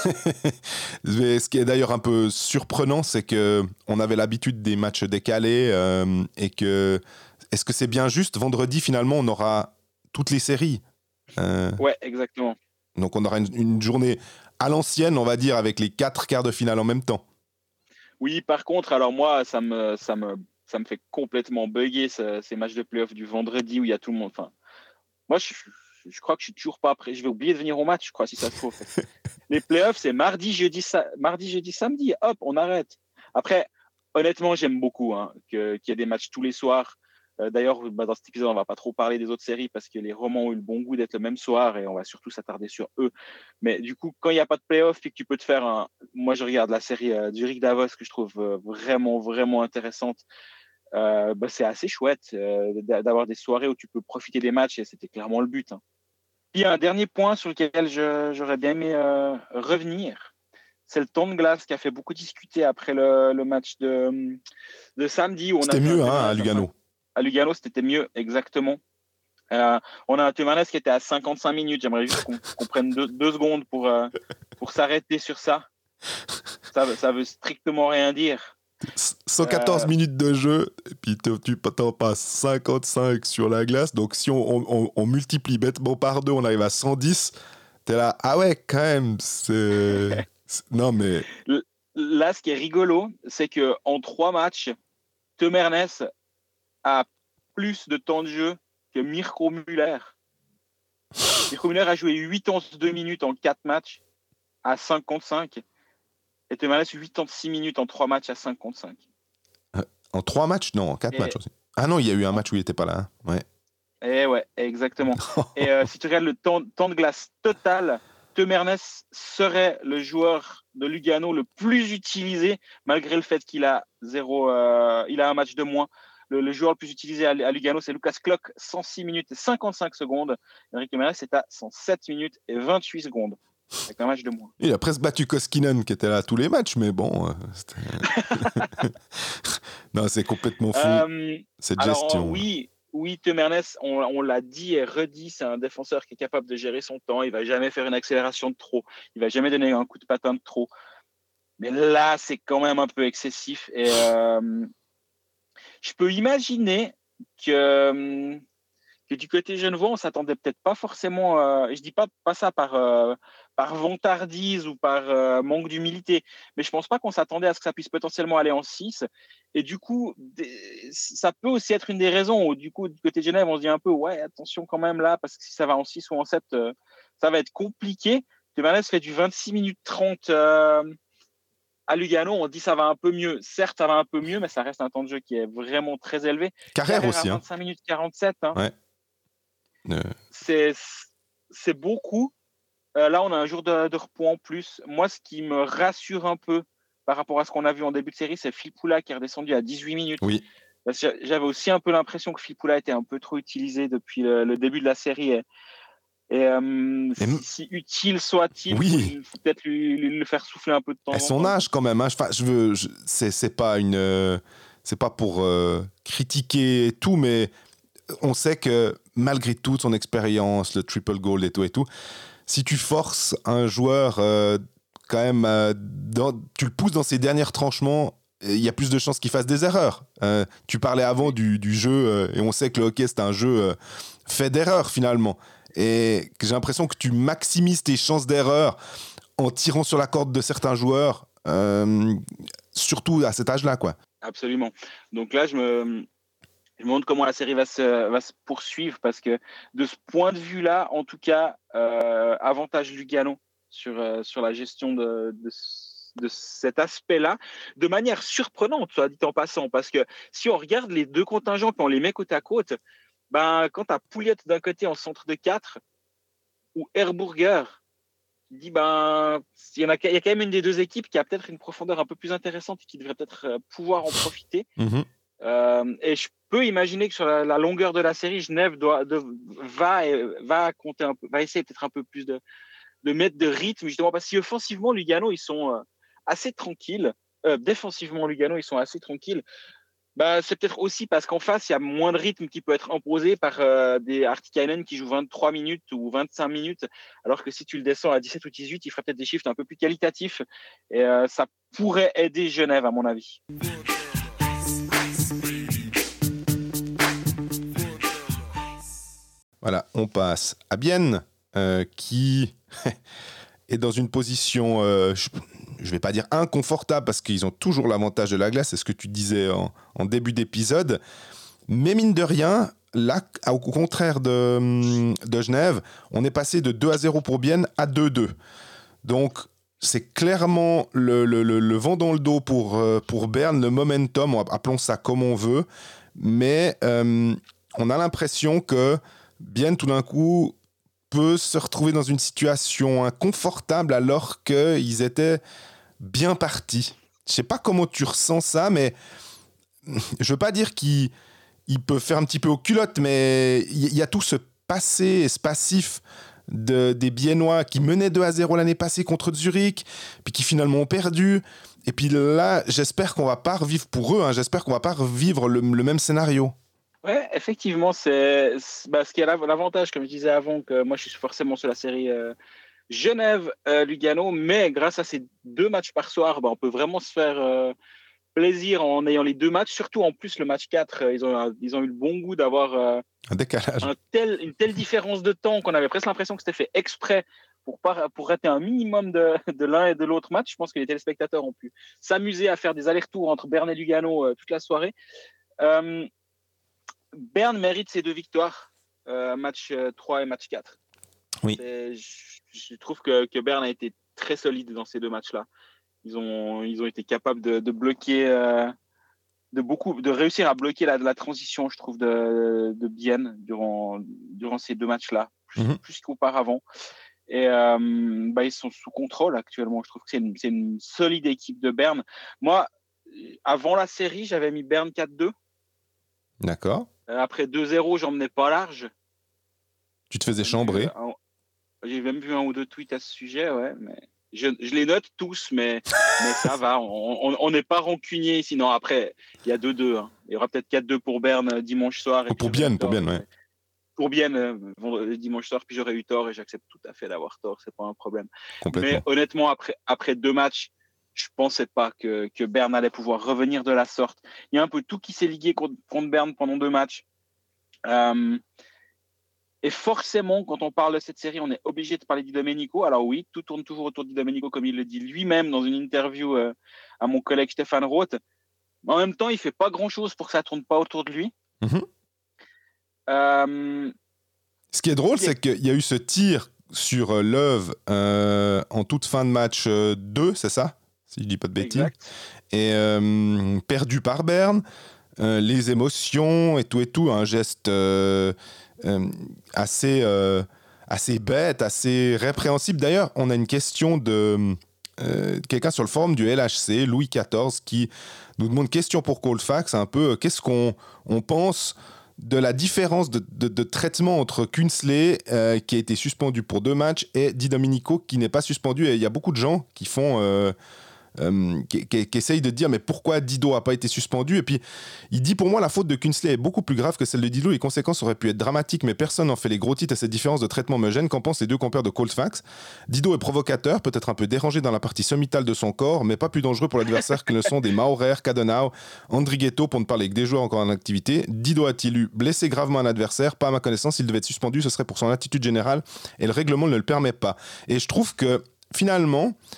Ce qui est d'ailleurs un peu surprenant, c'est qu'on avait l'habitude des matchs décalés euh, et que. Est-ce que c'est bien juste vendredi, finalement, on aura toutes les séries euh... Ouais, exactement. Donc on aura une, une journée à l'ancienne, on va dire, avec les quatre quarts de finale en même temps. Oui, par contre, alors moi, ça me, ça me, ça me fait complètement bugger ce, ces matchs de play-off du vendredi où il y a tout le monde. Enfin, moi, je, je crois que je suis toujours pas prêt. Je vais oublier de venir au match, je crois, si ça se trouve. Les playoffs, c'est mardi, jeudi, sa... mardi, jeudi, samedi. Hop, on arrête. Après, honnêtement, j'aime beaucoup hein, que, qu'il y ait des matchs tous les soirs. Euh, d'ailleurs, bah, dans cet épisode, on va pas trop parler des autres séries parce que les romans ont eu le bon goût d'être le même soir et on va surtout s'attarder sur eux. Mais du coup, quand il n'y a pas de playoff et que tu peux te faire un... Moi, je regarde la série euh, du Rick Davos que je trouve euh, vraiment, vraiment intéressante. Euh, bah, c'est assez chouette euh, d'avoir des soirées où tu peux profiter des matchs et c'était clairement le but. Hein. Il y a un dernier point sur lequel je, j'aurais bien aimé euh, revenir. C'est le temps de glace qui a fait beaucoup discuter après le, le match de, de samedi. Où on c'était a mieux hein, à Lugano. À Lugano, c'était mieux, exactement. Euh, on a un Teumarnes qui était à cinquante-cinq minutes. J'aimerais juste qu'on, qu'on prenne deux, deux secondes pour, euh, pour s'arrêter sur ça. Ça, ça veut strictement rien dire. cent quatorze euh... minutes de jeu, et puis tu t'en passes cinquante-cinq sur la glace. Donc si on, on, on multiplie bêtement par deux, on arrive à cent dix. T'es là, ah ouais, quand même, c'est... c'est... Non mais... Là, ce qui est rigolo, c'est qu'en trois matchs, Teumarnes a plus de temps de jeu que Mirko Müller. Mirko Müller a joué quatre-vingt-deux minutes en quatre matchs à cinquante-cinq. Et Teumarnes quatre-vingt-six minutes en trois matchs à cinquante-cinq. Euh, en trois matchs? Non, en quatre et... matchs aussi. Ah non, il y a eu un match où il n'était pas là. Hein. Ouais. Et ouais, exactement. Et euh, si tu regardes le temps, temps de glace total, Teumarnes serait le joueur de Lugano le plus utilisé, malgré le fait qu'il a zéro, euh, il a un match de moins. Le, le joueur le plus utilisé à, à Lugano, c'est Lucas Klock, cent six minutes et cinquante-cinq secondes. Henrik Teumarnes est à cent sept minutes et vingt-huit secondes. Avec un match de moins. Il a presque battu Koskinen qui était là à tous les matchs, mais bon. Euh, non, c'est complètement fou. Euh, cette alors, gestion. Oui, oui, Teumarnes, on, on l'a dit et redit, c'est un défenseur qui est capable de gérer son temps. Il va jamais faire une accélération de trop. Il va jamais donner un coup de patin de trop. Mais là, c'est quand même un peu excessif. Et euh, je peux imaginer que. que du côté genevois, on s'attendait peut-être pas forcément, euh, je dis pas, pas ça par, euh, par vantardise ou par euh, manque d'humilité, mais je pense pas qu'on s'attendait à ce que ça puisse potentiellement aller en six. Et du coup, des, ça peut aussi être une des raisons où du coup, du côté de Genève, on se dit un peu, ouais, attention quand même là, parce que si ça va en six ou en sept, euh, ça va être compliqué. Teumarnes fait du vingt-six minutes trente euh, à Lugano, on dit ça va un peu mieux. Certes, ça va un peu mieux, mais ça reste un temps de jeu qui est vraiment très élevé. Carrère, Carrère aussi. À vingt-cinq minutes quarante-sept. Hein. Ouais. Euh... C'est, c'est beaucoup. Euh, là, on a un jour de, de repos en plus. Moi, ce qui me rassure un peu par rapport à ce qu'on a vu en début de série, c'est Filppula qui est redescendu à dix-huit minutes. Oui. Parce que j'avais aussi un peu l'impression que Filppula était un peu trop utilisé depuis le, le début de la série. Et, et, euh, et si, si utile soit-il, oui. il faut peut-être lui, lui le faire souffler un peu de temps. Et son âge, quand même. Hein. Enfin, je veux, je, c'est, c'est pas une, euh, c'est pas pour euh, critiquer tout, mais on sait que malgré toute son expérience, le triple goal et tout et tout, si tu forces un joueur euh, quand même, euh, dans, tu le pousses dans ses derniers tranchements, il y a plus de chances qu'il fasse des erreurs. Euh, tu parlais avant du, du jeu euh, et on sait que le hockey c'est un jeu euh, fait d'erreurs finalement. Et j'ai l'impression que tu maximises tes chances d'erreur en tirant sur la corde de certains joueurs euh, surtout à cet âge-là, quoi. Absolument. Donc là, je me, je me demande comment la série va se, va se poursuivre parce que de ce point de vue-là, en tout cas, euh, avantage Lugano sur, euh, sur la gestion de, de, de cet aspect-là, de manière surprenante, soit dit en passant, parce que si on regarde les deux contingents puis on les met côte à côte, ben, quand tu as Pouliot d'un côté en centre de quatre ou Herburger, tu dis ben, il y, en a, il y a quand même une des deux équipes qui a peut-être une profondeur un peu plus intéressante et qui devrait peut-être pouvoir en profiter. Mm-hmm. Euh, et je peux imaginer que sur la, la longueur de la série, Genève doit, de, va, va, compter un peu, va essayer peut-être un peu plus de, de mettre de rythme, justement, parce qu'offensivement, Lugano, ils sont euh, assez tranquilles. Euh, défensivement, Lugano, ils sont assez tranquilles. Bah, c'est peut-être aussi parce qu'en face, il y a moins de rythme qui peut être imposé par euh, des Artikainen qui jouent vingt-trois minutes ou vingt-cinq minutes, alors que si tu le descends à dix-sept ou dix-huit, il ferait peut-être des chiffres un peu plus qualitatifs. Et euh, ça pourrait aider Genève, à mon avis. Voilà, on passe à Bienne, euh, qui est dans une position, euh, je ne vais pas dire inconfortable, parce qu'ils ont toujours l'avantage de la glace, c'est ce que tu disais en, en début d'épisode. Mais mine de rien, là, au contraire de, de Genève, on est passé de deux à zéro pour Bienne à deux deux. Donc, c'est clairement le, le, le, le vent dans le dos pour, pour Berne, le momentum, appelons ça comme on veut. Mais euh, on a l'impression que Bienne, tout d'un coup, peut se retrouver dans une situation inconfortable alors qu'ils étaient bien partis. Je ne sais pas comment tu ressens ça, mais je ne veux pas dire qu'il il peut faire un petit peu aux culottes, mais il y a tout ce passé, ce passif de, des Biennois qui menaient deux à zéro l'année passée contre Zurich, puis qui finalement ont perdu. Et puis là, j'espère qu'on ne va pas revivre pour eux, hein, j'espère qu'on ne va pas revivre le, le même scénario. Ouais, effectivement, c'est, c'est bah, ce qui est l'avantage, comme je disais avant, que moi je suis forcément sur la série euh, Genève-Lugano, euh, mais grâce à ces deux matchs par soir, bah, on peut vraiment se faire euh, plaisir en ayant les deux matchs. Surtout en plus, le match quatre, euh, ils, ont, ils ont eu le bon goût d'avoir euh, un décalage. Un tel, une telle différence de temps qu'on avait presque l'impression que c'était fait exprès pour, pas, pour rater un minimum de, de l'un et de l'autre match. Je pense que les téléspectateurs ont pu s'amuser à faire des allers-retours entre Berne et Lugano euh, toute la soirée. Euh, Berne mérite ses deux victoires, euh, match trois et match quatre. Oui. Je, je trouve que, que Berne a été très solide dans ces deux matchs-là. Ils ont, ils ont été capables de, de bloquer, euh, de, beaucoup, de réussir à bloquer la, la transition, je trouve, de, de Bienne durant, durant ces deux matchs-là, plus, mm-hmm. plus qu'auparavant. Et euh, bah, ils sont sous contrôle actuellement. Je trouve que c'est une, c'est une solide équipe de Berne. Moi, avant la série, j'avais mis Berne quatre deux. D'accord. Après deux zéro, j'en menais pas large. Tu te faisais chambrer. Un, j'ai même vu un ou deux tweets à ce sujet, ouais. Mais je, je les note tous, mais, mais ça va. On n'est pas rancunier ici. Non, après, il y a deux deux. Hein. Il y aura peut-être quatre deux pour Berne dimanche soir. Et pour Bienne, pour Bienne, ouais. Pour Bienne, euh, dimanche soir, puis j'aurais eu tort et j'accepte tout à fait d'avoir tort. C'est pas un problème. Mais honnêtement, après, après deux matchs, je pensais pas que, que Berne allait pouvoir revenir de la sorte. Il y a un peu tout qui s'est ligué contre, contre Berne pendant deux matchs. Euh, et forcément, quand on parle de cette série, on est obligé de parler Di Domenico. Alors oui, tout tourne toujours autour de Di Domenico, comme il le dit lui-même dans une interview euh, à mon collègue Stéphane Roth. Mais en même temps, il fait pas grand-chose pour que ça tourne pas autour de lui. Mm-hmm. Euh, Ce qui est drôle, c'est qu'il y a eu ce tir sur euh, Love euh, en toute fin de match euh, deux, c'est ça ? Si je dis pas de bêtises. Exact. Et euh, perdu par Berne, euh, les émotions et tout et tout, un geste euh, euh, assez, euh, assez bête, assez répréhensible. D'ailleurs, on a une question de euh, quelqu'un sur le forum du L H C, Louis quatorze, qui nous demande question pour Colfax, un peu, euh, qu'est-ce qu'on on pense de la différence de, de, de traitement entre Künzle, euh, qui a été suspendu pour deux matchs, et Di Domenico, qui n'est pas suspendu. Et il y a beaucoup de gens qui font... Euh, Euh, qui, qui, qui essaye de dire mais pourquoi Dido a pas été suspendu, et puis il dit pour moi la faute de Künzle est beaucoup plus grave que celle de Dido, les conséquences auraient pu être dramatiques mais personne n'en fait les gros titres à cette différence de traitement me gêne. Qu'en pensent les deux compères de Colfax? Dido est provocateur, peut-être un peu dérangé dans la partie sommitale de son corps, mais pas plus dangereux pour l'adversaire que ne sont des Maurer, Cadenau, Andrighetto, pour ne parler que des joueurs encore en activité. Dido a-t-il eu blessé gravement un adversaire? Pas à ma connaissance. S'il devait être suspendu, ce serait pour son attitude générale et le règlement ne le permet pas. Et je trouve que finalement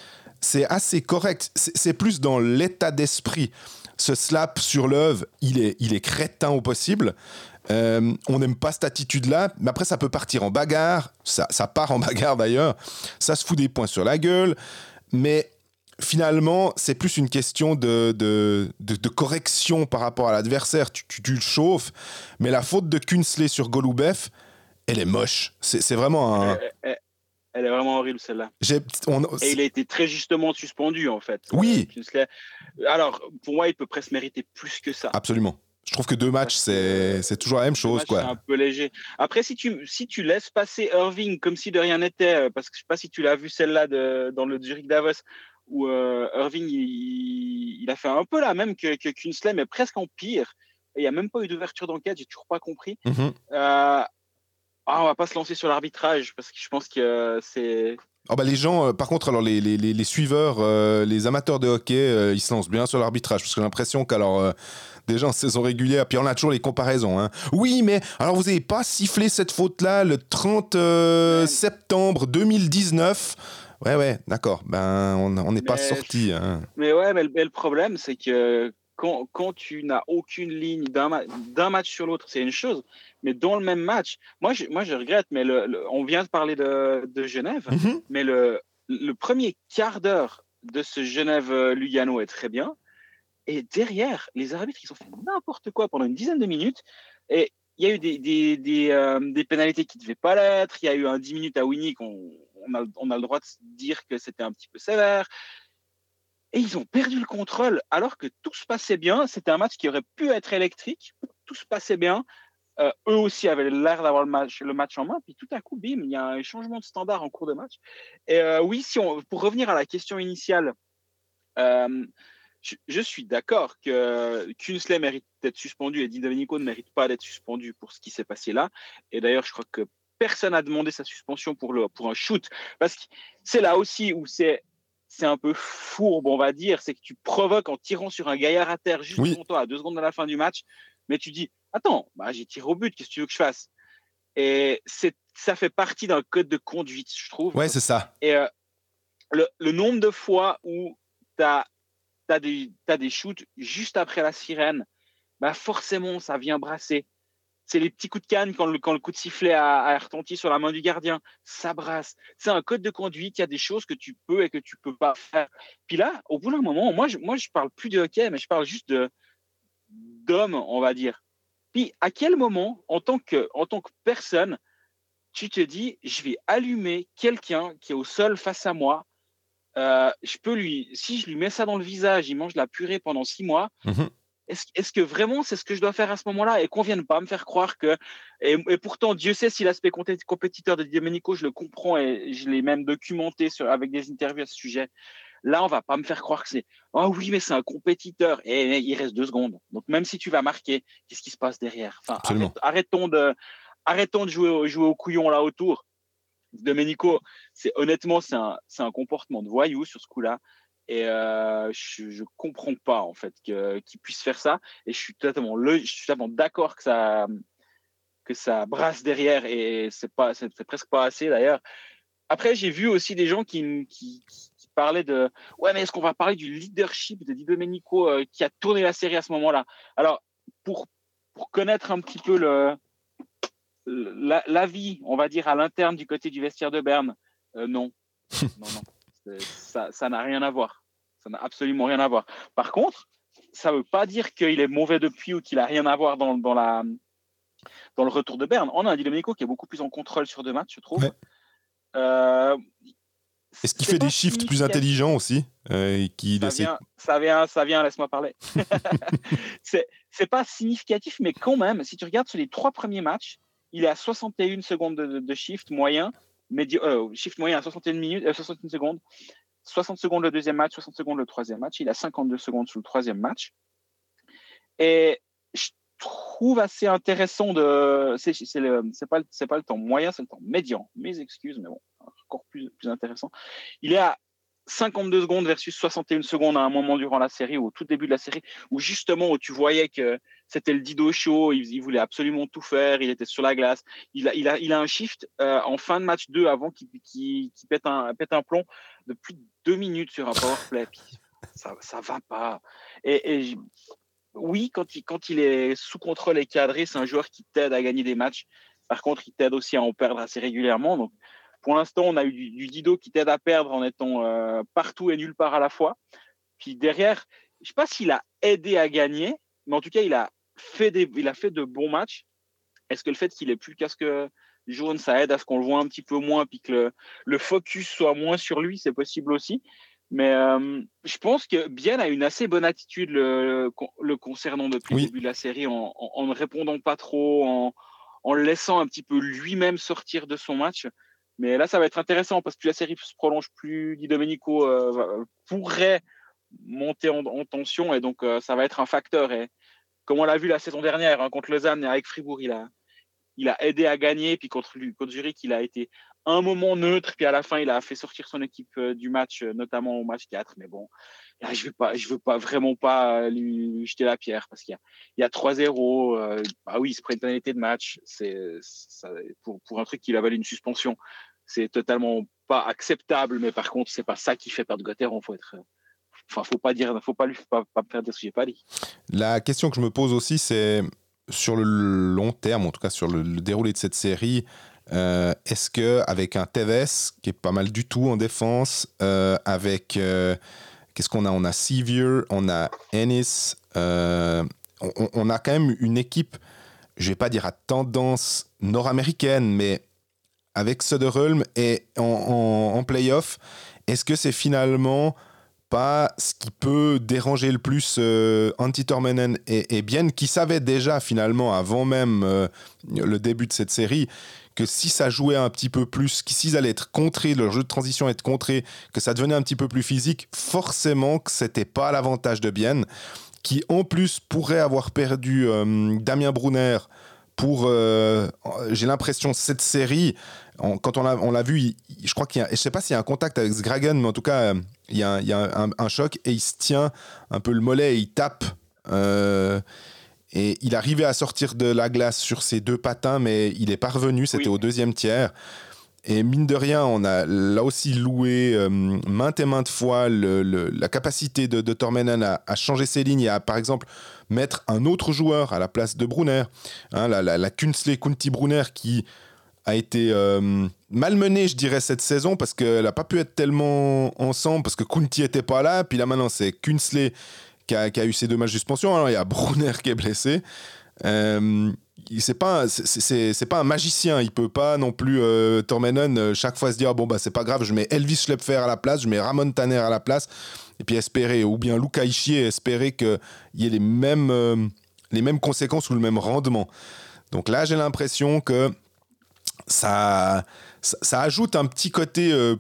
c'est assez correct. C'est, c'est plus dans l'état d'esprit. Ce slap sur l'œuvre, il est, il est crétin au possible. Euh, on n'aime pas cette attitude-là, mais après, ça peut partir en bagarre. Ça, ça part en bagarre d'ailleurs. Ça se fout des poings sur la gueule. Mais finalement, c'est plus une question de, de, de, de correction par rapport à l'adversaire. Tu, tu, tu le chauffes. Mais la faute de Kunsley sur Golubev, elle est moche. C'est, c'est vraiment un... Elle, elle, elle est vraiment horrible, celle-là. J'ai, on, Et il a été très justement suspendu, en fait. Oui. Euh, Alors, pour moi, il peut presque mériter plus que ça. Absolument. Je trouve que deux matchs, c'est, c'est toujours la même chose. Quoi. C'est un peu léger. Après, si tu, si tu laisses passer Irving comme si de rien n'était, parce que je ne sais pas si tu l'as vu celle-là de, dans le Zurich Davos, où euh, Irving, il, il a fait un peu la même que, que Kunsley, mais presque en pire. Et il n'y a même pas eu d'ouverture d'enquête, j'ai toujours pas compris. Mm-hmm. Euh, ah, on va pas se lancer sur l'arbitrage, parce que je pense que euh, c'est... Oh bah les gens, euh, par contre, alors les, les, les, les suiveurs, euh, les amateurs de hockey, euh, ils se lancent bien sur l'arbitrage, parce que j'ai l'impression qu'alors, euh, déjà en saison régulière, puis on a toujours les comparaisons. Hein. Oui, mais alors vous n'avez pas sifflé cette faute-là le trente euh, septembre deux mille dix-neuf. Ouais, ouais, d'accord. Ben, on n'est pas sorti. Hein. Mais ouais, mais le, mais le problème, c'est que quand, quand tu n'as aucune ligne d'un, ma- d'un match sur l'autre, c'est une chose. Mais dans le même match, moi, je, moi, je regrette, mais le, le, on vient de parler de, de Genève, Mm-hmm. mais le, le premier quart d'heure de ce Genève-Lugano est très bien. Et derrière, les arbitres, ils ont fait n'importe quoi pendant une dizaine de minutes. Et il y a eu des, des, des, euh, des pénalités qui ne devaient pas l'être. Il y a eu un dix minutes à Winnie qu'on on a, on a le droit de dire que c'était un petit peu sévère. Et ils ont perdu le contrôle alors que tout se passait bien. C'était un match qui aurait pu être électrique. Tout se passait bien. Euh, eux aussi avaient l'air d'avoir le match, le match en main. Puis tout à coup, bim, il y a un changement de standard en cours de match. Et euh, oui, si on, pour revenir à la question initiale, euh, je, je suis d'accord que Kunsley mérite d'être suspendu et Di Domenico ne mérite pas d'être suspendu pour ce qui s'est passé là. Et d'ailleurs, je crois que personne n'a demandé sa suspension pour, le, pour un shoot. Parce que c'est là aussi où c'est, c'est un peu fourbe, on va dire. C'est que tu provoques en tirant sur un gaillard à terre juste Oui. devant toi à deux secondes de la fin du match. Mais tu dis, attends, bah, j'ai tiré au but, qu'est-ce que tu veux que je fasse? Et c'est, ça fait partie d'un code de conduite, je trouve. Ouais, c'est ça. Et euh, le, le nombre de fois où tu as T'as des, t'as des shoots juste après la sirène, bah forcément, ça vient brasser. C'est les petits coups de canne quand le, quand le coup de sifflet a, a retenti sur la main du gardien. Ça brasse. C'est un code de conduite. Il y a des choses que tu peux et que tu peux pas faire. Puis là, au bout d'un moment, moi, je, moi, je parle plus de hockey, mais je parle juste de, d'homme, on va dire. Puis à quel moment, en tant que, en tant que personne, tu te dis, je vais allumer quelqu'un qui est au sol face à moi. Euh, je peux lui, si je lui mets ça dans le visage, il mange la purée pendant six mois. Mm-hmm. Est-ce, est-ce que vraiment c'est ce que je dois faire à ce moment-là et qu'on vienne pas me faire croire que et, et pourtant Dieu sait si l'aspect compétiteur de Di Domenico je le comprends et je l'ai même documenté sur, avec des interviews à ce sujet. Là on va pas me faire croire que c'est oh oui mais c'est un compétiteur et, et il reste deux secondes. Donc même si tu vas marquer, qu'est-ce qui se passe derrière? Enfin arrête, arrêtons de arrêtons de jouer, jouer au couillon là autour. Domenico, c'est honnêtement, c'est un, c'est un comportement de voyou sur ce coup-là. Et euh, je ne comprends pas, en fait, que, qu'il puisse faire ça. Et je suis totalement, le, je suis totalement d'accord que ça, que ça brasse derrière. Et ce n'est pas, c'est, c'est presque pas assez, d'ailleurs. Après, j'ai vu aussi des gens qui, qui, qui parlaient de « Ouais, mais est-ce qu'on va parler du leadership de Di Domenico euh, qui a tourné la série à ce moment-là ?» Alors, pour, pour connaître un petit peu le... La, la vie, on va dire, à l'interne du côté du vestiaire de Berne, euh, non. non, non. C'est, ça, ça n'a rien à voir. Ça n'a absolument rien à voir. Par contre, ça ne veut pas dire qu'il est mauvais depuis ou qu'il n'a rien à voir dans, dans, la, dans le retour de Berne. On a un Di Domenico qui est beaucoup plus en contrôle sur deux matchs, je trouve. Ouais. Euh, Est-ce qu'il fait des shifts plus intelligents aussi euh, et qui ça, vient, ça vient, ça vient, laisse-moi parler. c'est, c'est pas significatif, mais quand même, si tu regardes sur les trois premiers matchs, il est à soixante et une secondes de, de, de shift moyen, médi- euh, shift moyen à soixante et une minutes, euh, soixante et une secondes, soixante secondes le deuxième match, soixante secondes le troisième match. Il a cinquante-deux secondes sur le troisième match. Et je trouve assez intéressant de, c'est, c'est, le, c'est pas, c'est pas le temps moyen, c'est le temps médian. Mes excuses, mais bon, encore plus, plus intéressant. Il est à cinquante-deux secondes versus soixante et une secondes à un moment durant la série, au tout début de la série, où justement où tu voyais que c'était le Dido show, il, il voulait absolument tout faire, il était sur la glace. Il a, il a, il a un shift euh, en fin de match deux avant qu'il, qu'il, qu'il pète, un, pète un plomb de plus de deux minutes sur un powerplay. ça, ça va pas. Et, et oui, quand il, quand il est sous contrôle et cadré, c'est un joueur qui t'aide à gagner des matchs. Par contre, il t'aide aussi à en perdre assez régulièrement. Donc, pour l'instant, on a eu du, du Dido qui t'aide à perdre en étant euh, partout et nulle part à la fois. Puis derrière, je ne sais pas s'il a aidé à gagner, mais en tout cas, il a fait, des, il a fait de bons matchs. Est-ce que le fait qu'il ait plus le casque jaune, ça aide à ce qu'on le voit un petit peu moins, puis que le, le focus soit moins sur lui? C'est possible aussi. Mais euh, je pense que Bien a une assez bonne attitude le, le concernant depuis oui. le début de la série, en, en, en ne répondant pas trop, en, en le laissant un petit peu lui-même sortir de son match. Mais là, ça va être intéressant parce que plus la série se prolonge, plus Di Domenico euh, pourrait monter en, en tension, et donc euh, ça va être un facteur. Et comme on l'a vu la saison dernière hein, contre Lausanne et avec Fribourg, il a, il a aidé à gagner, puis contre, contre Zurich, il a été un moment neutre, puis à la fin, il a fait sortir son équipe euh, du match, euh, notamment au match quatre. Mais bon, là, je ne veux, pas, je veux pas, vraiment pas lui, lui jeter la pierre parce qu'il y a, il y a trois zéro. Euh, bah oui, il se prend une pénalité de match. C'est, ça, pour, pour un truc qui lui a valu une suspension, c'est totalement pas acceptable. Mais par contre, ce n'est pas ça qui fait perdre Gauthieron. Il faut être. Enfin, faut pas dire, faut pas lui, pas, pas faire de ce que j'ai pas dit. La question que je me pose aussi, c'est sur le long terme, en tout cas sur le, le déroulé de cette série. Euh, est-ce que avec un Tevez qui est pas mal du tout en défense, euh, avec euh, qu'est-ce qu'on a On a Sevier, on a Ennis, euh, on, on a quand même une équipe, je vais pas dire à tendance nord-américaine, mais avec Söderholm et en, en, en play-off, est-ce que c'est finalement pas ce qui peut déranger le plus euh, Antti Tormeinen et, et Bien, qui savait déjà finalement avant même euh, le début de cette série que si ça jouait un petit peu plus, que s'ils allaient être contrés, leur jeu de transition être contré, que ça devenait un petit peu plus physique, forcément que c'était pas à l'avantage de Bien, qui en plus pourrait avoir perdu euh, Damien Brunner pour, euh, j'ai l'impression, cette série, on, quand on l'a, on l'a vu, il, je crois qu'il y a, je sais pas s'il y a un contact avec Sgragen, mais en tout cas, il y a, il y a un, un choc et il se tient un peu le mollet et il tape. Euh, et il arrivait à sortir de la glace sur ses deux patins, mais il est parvenu, c'était oui. au deuxième tiers. Et mine de rien, on a là aussi loué euh, maintes et maintes fois le, le, la capacité de, de Tormeinen à, à changer ses lignes et à, par exemple, mettre un autre joueur à la place de Brunner. Hein, la, la, la Künzle-Kunti Brunner qui a été euh, malmenée, je dirais, cette saison parce qu'elle n'a pas pu être tellement ensemble, parce que Kunti n'était pas là. Puis là, maintenant, c'est Künzle qui a, qui a eu ses deux matchs de suspension. Alors, il y a Brunner qui est blessé. Euh, c'est pas c'est, c'est, c'est pas un magicien, il peut pas non plus euh, Tormeinen euh, chaque fois se dire bon bah c'est pas grave, je mets Elvis Schlepfer à la place, je mets Ramon Tanner à la place et puis espérer, ou bien Luca Ischier, espérer qu'il y ait les mêmes euh, les mêmes conséquences ou le même rendement. Donc là j'ai l'impression que ça ça, ça ajoute un petit côté euh,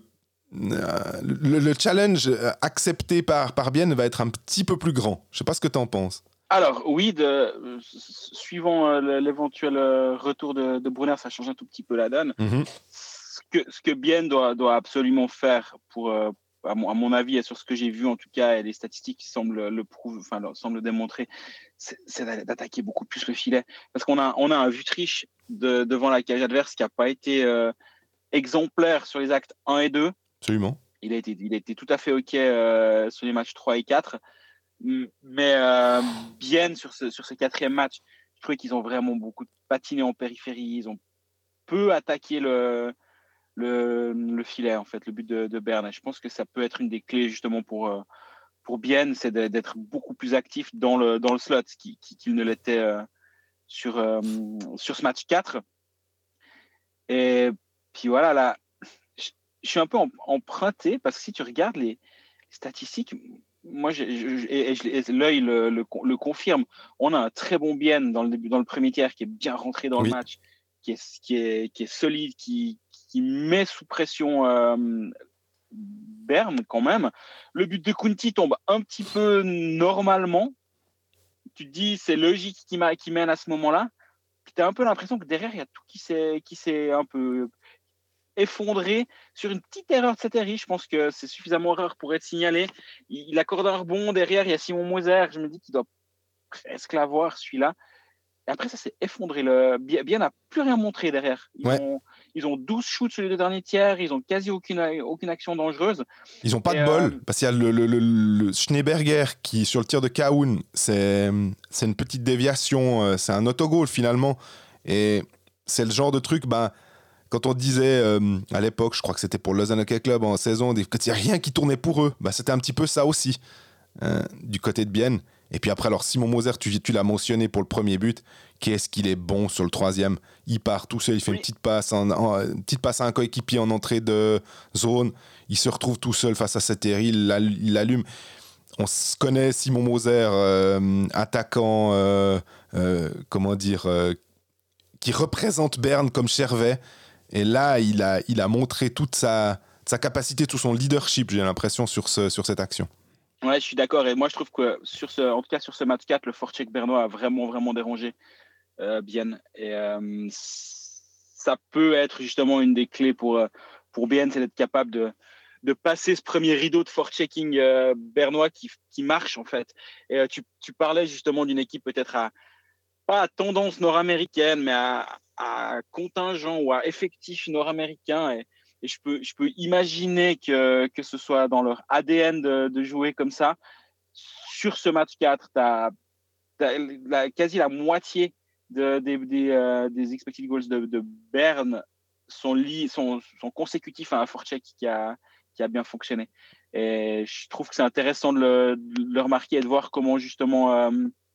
le, le challenge accepté par par Bien va être un petit peu plus grand. Je sais pas ce que t'en penses. Alors oui, de, euh, suivant euh, l'éventuel euh, retour de, de Brunner, ça change un tout petit peu la donne. Mm-hmm. Ce que, ce que Bien doit, doit absolument faire, pour, euh, à, mon, à mon avis, et sur ce que j'ai vu en tout cas, et les statistiques qui semblent le prouver, enfin semblent le démontrer, c'est, c'est d'attaquer beaucoup plus le filet. Parce qu'on a, on a un Wüttrich de, devant la cage adverse qui n'a pas été euh, exemplaire sur les actes un et deux. Absolument. Il a été, il a été tout à fait OK euh, sur les matchs trois et quatre. Mais euh, Bien sur ce, sur ce quatrième match, je trouvais qu'ils ont vraiment beaucoup patiné en périphérie. Ils ont peu attaqué le, le, le filet, en fait, le but de, de Berne. Et je pense que ça peut être une des clés justement pour, pour Bien, c'est d'être beaucoup plus actif dans le, dans le slot qu'il, qu'il ne l'était euh, sur, euh, sur ce match quatre. Et puis voilà, là, je, je suis un peu emprunté parce que si tu regardes les statistiques, moi, je, je, et, et l'œil le, le, le confirme. On a un très bon Bien dans le début, dans le premier tiers, qui est bien rentré dans oui. le match, qui est, qui est, qui est solide, qui, qui met sous pression euh, Berne quand même. Le but de Kunti tombe un petit peu normalement. Tu te dis, c'est logique qui, qui mène à ce moment-là. Tu as un peu l'impression que derrière, il y a tout qui s'est, qui s'est un peu effondré sur une petite erreur de Sateri. Je pense que c'est suffisamment rare pour être signalé. Il, il accorde un rebond. Derrière, il y a Simon Moser. Je me dis qu'il doit presque l'avoir, celui-là. Et après, ça s'est effondré. Le Bienne n'a plus rien montré derrière. Ils, ouais. ont, ils ont douze shoots sur les deux derniers tiers. Ils n'ont quasi aucune, aucune action dangereuse. Ils n'ont pas et de bol, euh... parce qu'il y a le, le, le, le Schneeberger qui, sur le tir de Kaoun, c'est, c'est une petite déviation. C'est un autogol finalement. Et c'est le genre de truc, bah, quand on disait euh, à l'époque, je crois que c'était pour le Lausanne Hockey Club en saison, qu'il n'y a rien qui tournait pour eux, bah, c'était un petit peu ça aussi, euh, du côté de Bienne. Et puis après, alors Simon Moser, tu, tu l'as mentionné pour le premier but, qu'est-ce qu'il est bon sur le troisième. Il part tout seul, il fait oui. une, petite passe en, en, une petite passe à un coéquipier en entrée de zone, il se retrouve tout seul face à Sateri, il, il l'allume. On se connaît Simon Moser, euh, attaquant, euh, euh, comment dire, euh, qui représente Berne comme Chervet. Et là, il a, il a montré toute sa, sa capacité, tout son leadership, j'ai l'impression, sur, ce, sur cette action. Ouais, je suis d'accord. Et moi, je trouve que, sur ce, en tout cas, sur ce match quatre, le forecheck bernois a vraiment, vraiment dérangé euh, Bienne. Et euh, ça peut être justement une des clés pour, pour Bienne, c'est d'être capable de, de passer ce premier rideau de forechecking euh, bernois qui, qui marche, en fait. Et euh, tu, tu parlais justement d'une équipe peut-être à, pas à tendance nord-américaine, mais à, à contingent ou à effectif nord-américain. Et, Et je peux, je peux imaginer que, que ce soit dans leur A D N de, de jouer comme ça. Sur ce match quatre, tu as la, quasi la moitié de, des, des, euh, des expected goals de, de Berne sont, li, sont, sont consécutifs à un forecheck qui a, qui a bien fonctionné. Et je trouve que c'est intéressant de le, de le remarquer et de voir comment justement euh,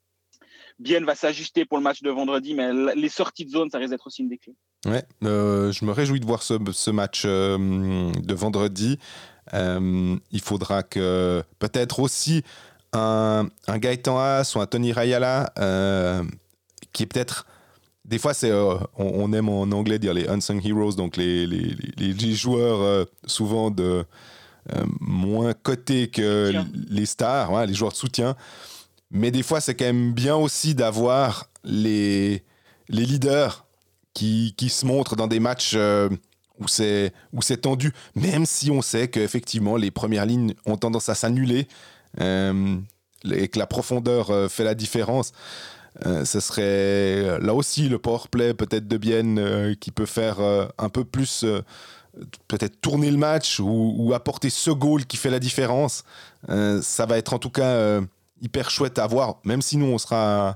Bienne va s'ajuster pour le match de vendredi, mais les sorties de zone, ça risque d'être aussi une des clés. Ouais, euh, je me réjouis de voir ce, ce match euh, de vendredi. Euh, il faudra que peut-être aussi un, un Gaëtan Haas ou un Tony Rayala euh, qui est peut-être... Des fois, c'est, euh, on, on aime en anglais dire les unsung heroes, donc les, les, les, les joueurs euh, souvent de, euh, moins cotés que soutien. Les stars, ouais, les joueurs de soutien. Mais des fois, c'est quand même bien aussi d'avoir les, les leaders qui, qui se montrent dans des matchs euh, où, c'est, où c'est tendu, même si on sait qu'effectivement, les premières lignes ont tendance à s'annuler euh, et que la profondeur euh, fait la différence. Euh, ce serait là aussi le powerplay peut-être de Bienne euh, qui peut faire euh, un peu plus, euh, peut-être tourner le match ou, ou apporter ce goal qui fait la différence. Euh, ça va être en tout cas... Euh, hyper chouette à voir, même si nous on sera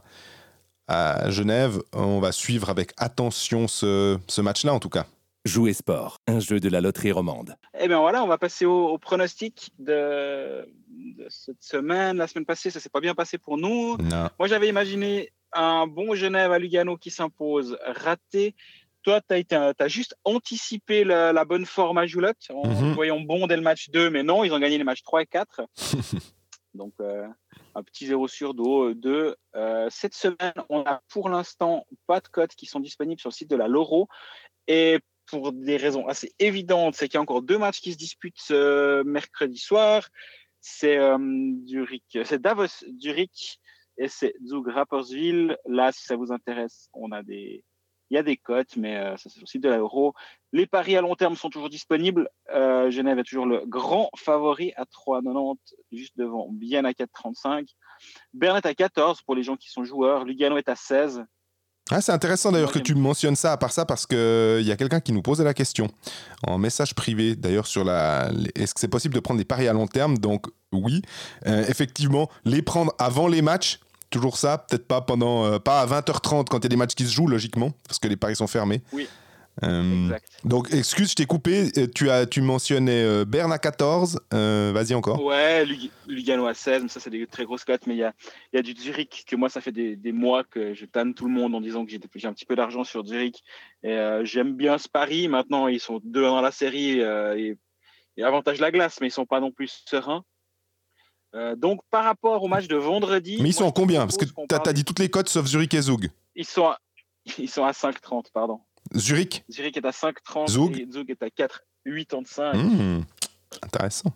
à, à Genève, on va suivre avec attention ce, ce match-là en tout cas. Jouer sport, un jeu de la loterie romande. Eh bien voilà, on va passer au, au pronostic de, de cette semaine. La semaine passée, ça s'est pas bien passé pour nous. Non. Moi j'avais imaginé un bon Genève à Lugano qui s'impose, raté. Toi, tu as, as juste anticipé la, la bonne forme à Joulotte en mm-hmm. voyant bon dès le match deux, mais non, ils ont gagné les matchs trois et quatre. Donc, euh, un petit zéro sur deux. Euh, cette semaine, on n'a pour l'instant pas de cotes qui sont disponibles sur le site de la Loro. Et pour des raisons assez évidentes, c'est qu'il y a encore deux matchs qui se disputent ce mercredi soir. C'est, euh, Zurich, c'est Davos Zurich et c'est Zug Rapperswil. Là, si ça vous intéresse, on a des... il y a des cotes, mais euh, ça, c'est sur le site de la Euro. Les paris à long terme sont toujours disponibles. Euh, Genève est toujours le grand favori à trois virgule quatre-vingt-dix, juste devant Bienne à quatre virgule trente-cinq. Berne est à quatorze pour les gens qui sont joueurs. Lugano est à seize. Ah, c'est intéressant d'ailleurs que tu mentionnes ça, à part ça, parce qu'il y a quelqu'un qui nous posait la question en message privé, d'ailleurs, sur la... Est-ce que c'est possible de prendre des paris à long terme ? Donc, oui. Euh, effectivement, les prendre avant les matchs, toujours ça, peut-être pas pendant, euh, pas à vingt heures trente quand il y a des matchs qui se jouent, logiquement, parce que les paris sont fermés. Oui. Euh, exact. Donc, excuse, je t'ai coupé. Tu, as, tu mentionnais euh, Berne à quatorze. Euh, vas-y encore. Ouais, Lug- Lugano à seize, mais ça, c'est des très grosses cotes. Mais il y a, y a du Zurich, que moi, ça fait des, des mois que je tanne tout le monde en disant que j'ai, j'ai un petit peu d'argent sur Zurich. Et euh, j'aime bien ce pari. Maintenant, ils sont deux dans la série euh, et, et avantage la glace, mais ils ne sont pas non plus sereins. Euh, donc, par rapport au match de vendredi. Mais ils sont en combien ? Parce que tu as dit toutes les cotes sauf Zurich et Zug. Ils sont à, ils sont à cinq virgule trente, pardon. Zurich Zurich est à cinq virgule trente Zug. et Zug est à quatre virgule quatre-vingt-cinq. Mmh, intéressant.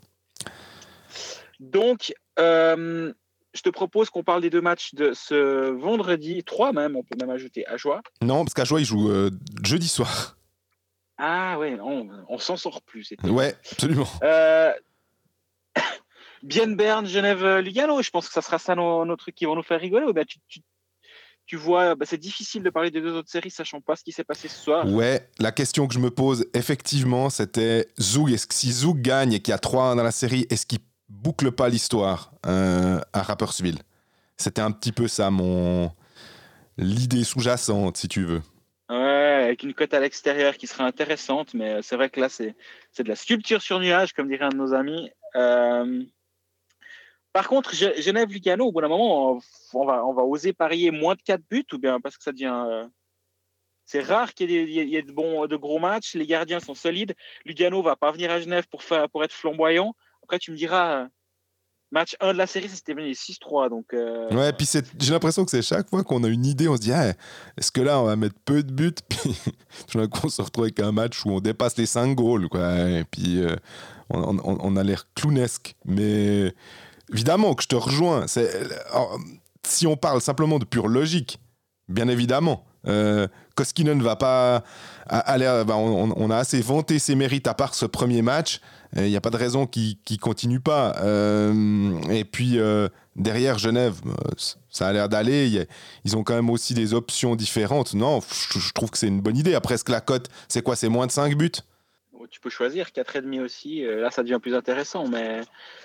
Donc, euh, je te propose qu'on parle des deux matchs de ce vendredi, trois même, on peut même ajouter Ajoie. Non, parce qu'Ajoie, il joue euh, jeudi soir. Ah ouais, on, on s'en sort plus. C'était... Ouais, absolument. Euh, Bien Berne, Genève, Lugano. Je pense que ça sera ça nos, nos trucs qui vont nous faire rigoler. Ou bien tu, tu, tu vois, bah, c'est difficile de parler des deux autres séries, sachant pas ce qui s'est passé ce soir. Ouais, la question que je me pose, effectivement, c'était Zug. Est-ce que si Zug gagne et qu'il y a trois un dans la série, est-ce qu'il boucle pas l'histoire euh, à Rapperswil? C'était un petit peu ça, mon l'idée sous-jacente, si tu veux. Ouais, avec une cote à l'extérieur qui serait intéressante, mais c'est vrai que là, c'est, c'est de la sculpture sur nuage, comme dirait un de nos amis. Euh... Par contre, Genève-Lugano, au bout d'un moment, on va, on va oser parier moins de quatre buts, ou bien parce que ça devient... Euh... C'est rare qu'il y ait, des, il y ait de, bons, de gros matchs, les gardiens sont solides, Lugano va pas venir à Genève pour, faire, pour être flamboyant. Après, tu me diras... Match un de la série, c'était venu six trois. Donc, euh... Ouais, puis c'est, j'ai l'impression que c'est chaque fois qu'on a une idée, on se dit, ah, est-ce que là, on va mettre peu de buts? Puis tout d'un coup, on se retrouve avec un match où on dépasse les cinq goals, quoi. Et puis, euh, on, on, on a l'air clownesque. Mais évidemment que je te rejoins. C'est, alors, si on parle simplement de pure logique, bien évidemment. Euh, Koskinen ne va pas aller. Bah, on, on a assez vanté ses mérites à part ce premier match. Il n'y a pas de raison qu'il ne continue pas. Euh, et puis euh, derrière Genève, ça a l'air d'aller. Y a, ils ont quand même aussi des options différentes. Non, je, je trouve que c'est une bonne idée. Après, est-ce que la cote, c'est quoi? C'est moins de cinq buts? Tu peux choisir quatre virgule cinq aussi. Là, ça devient plus intéressant, mais.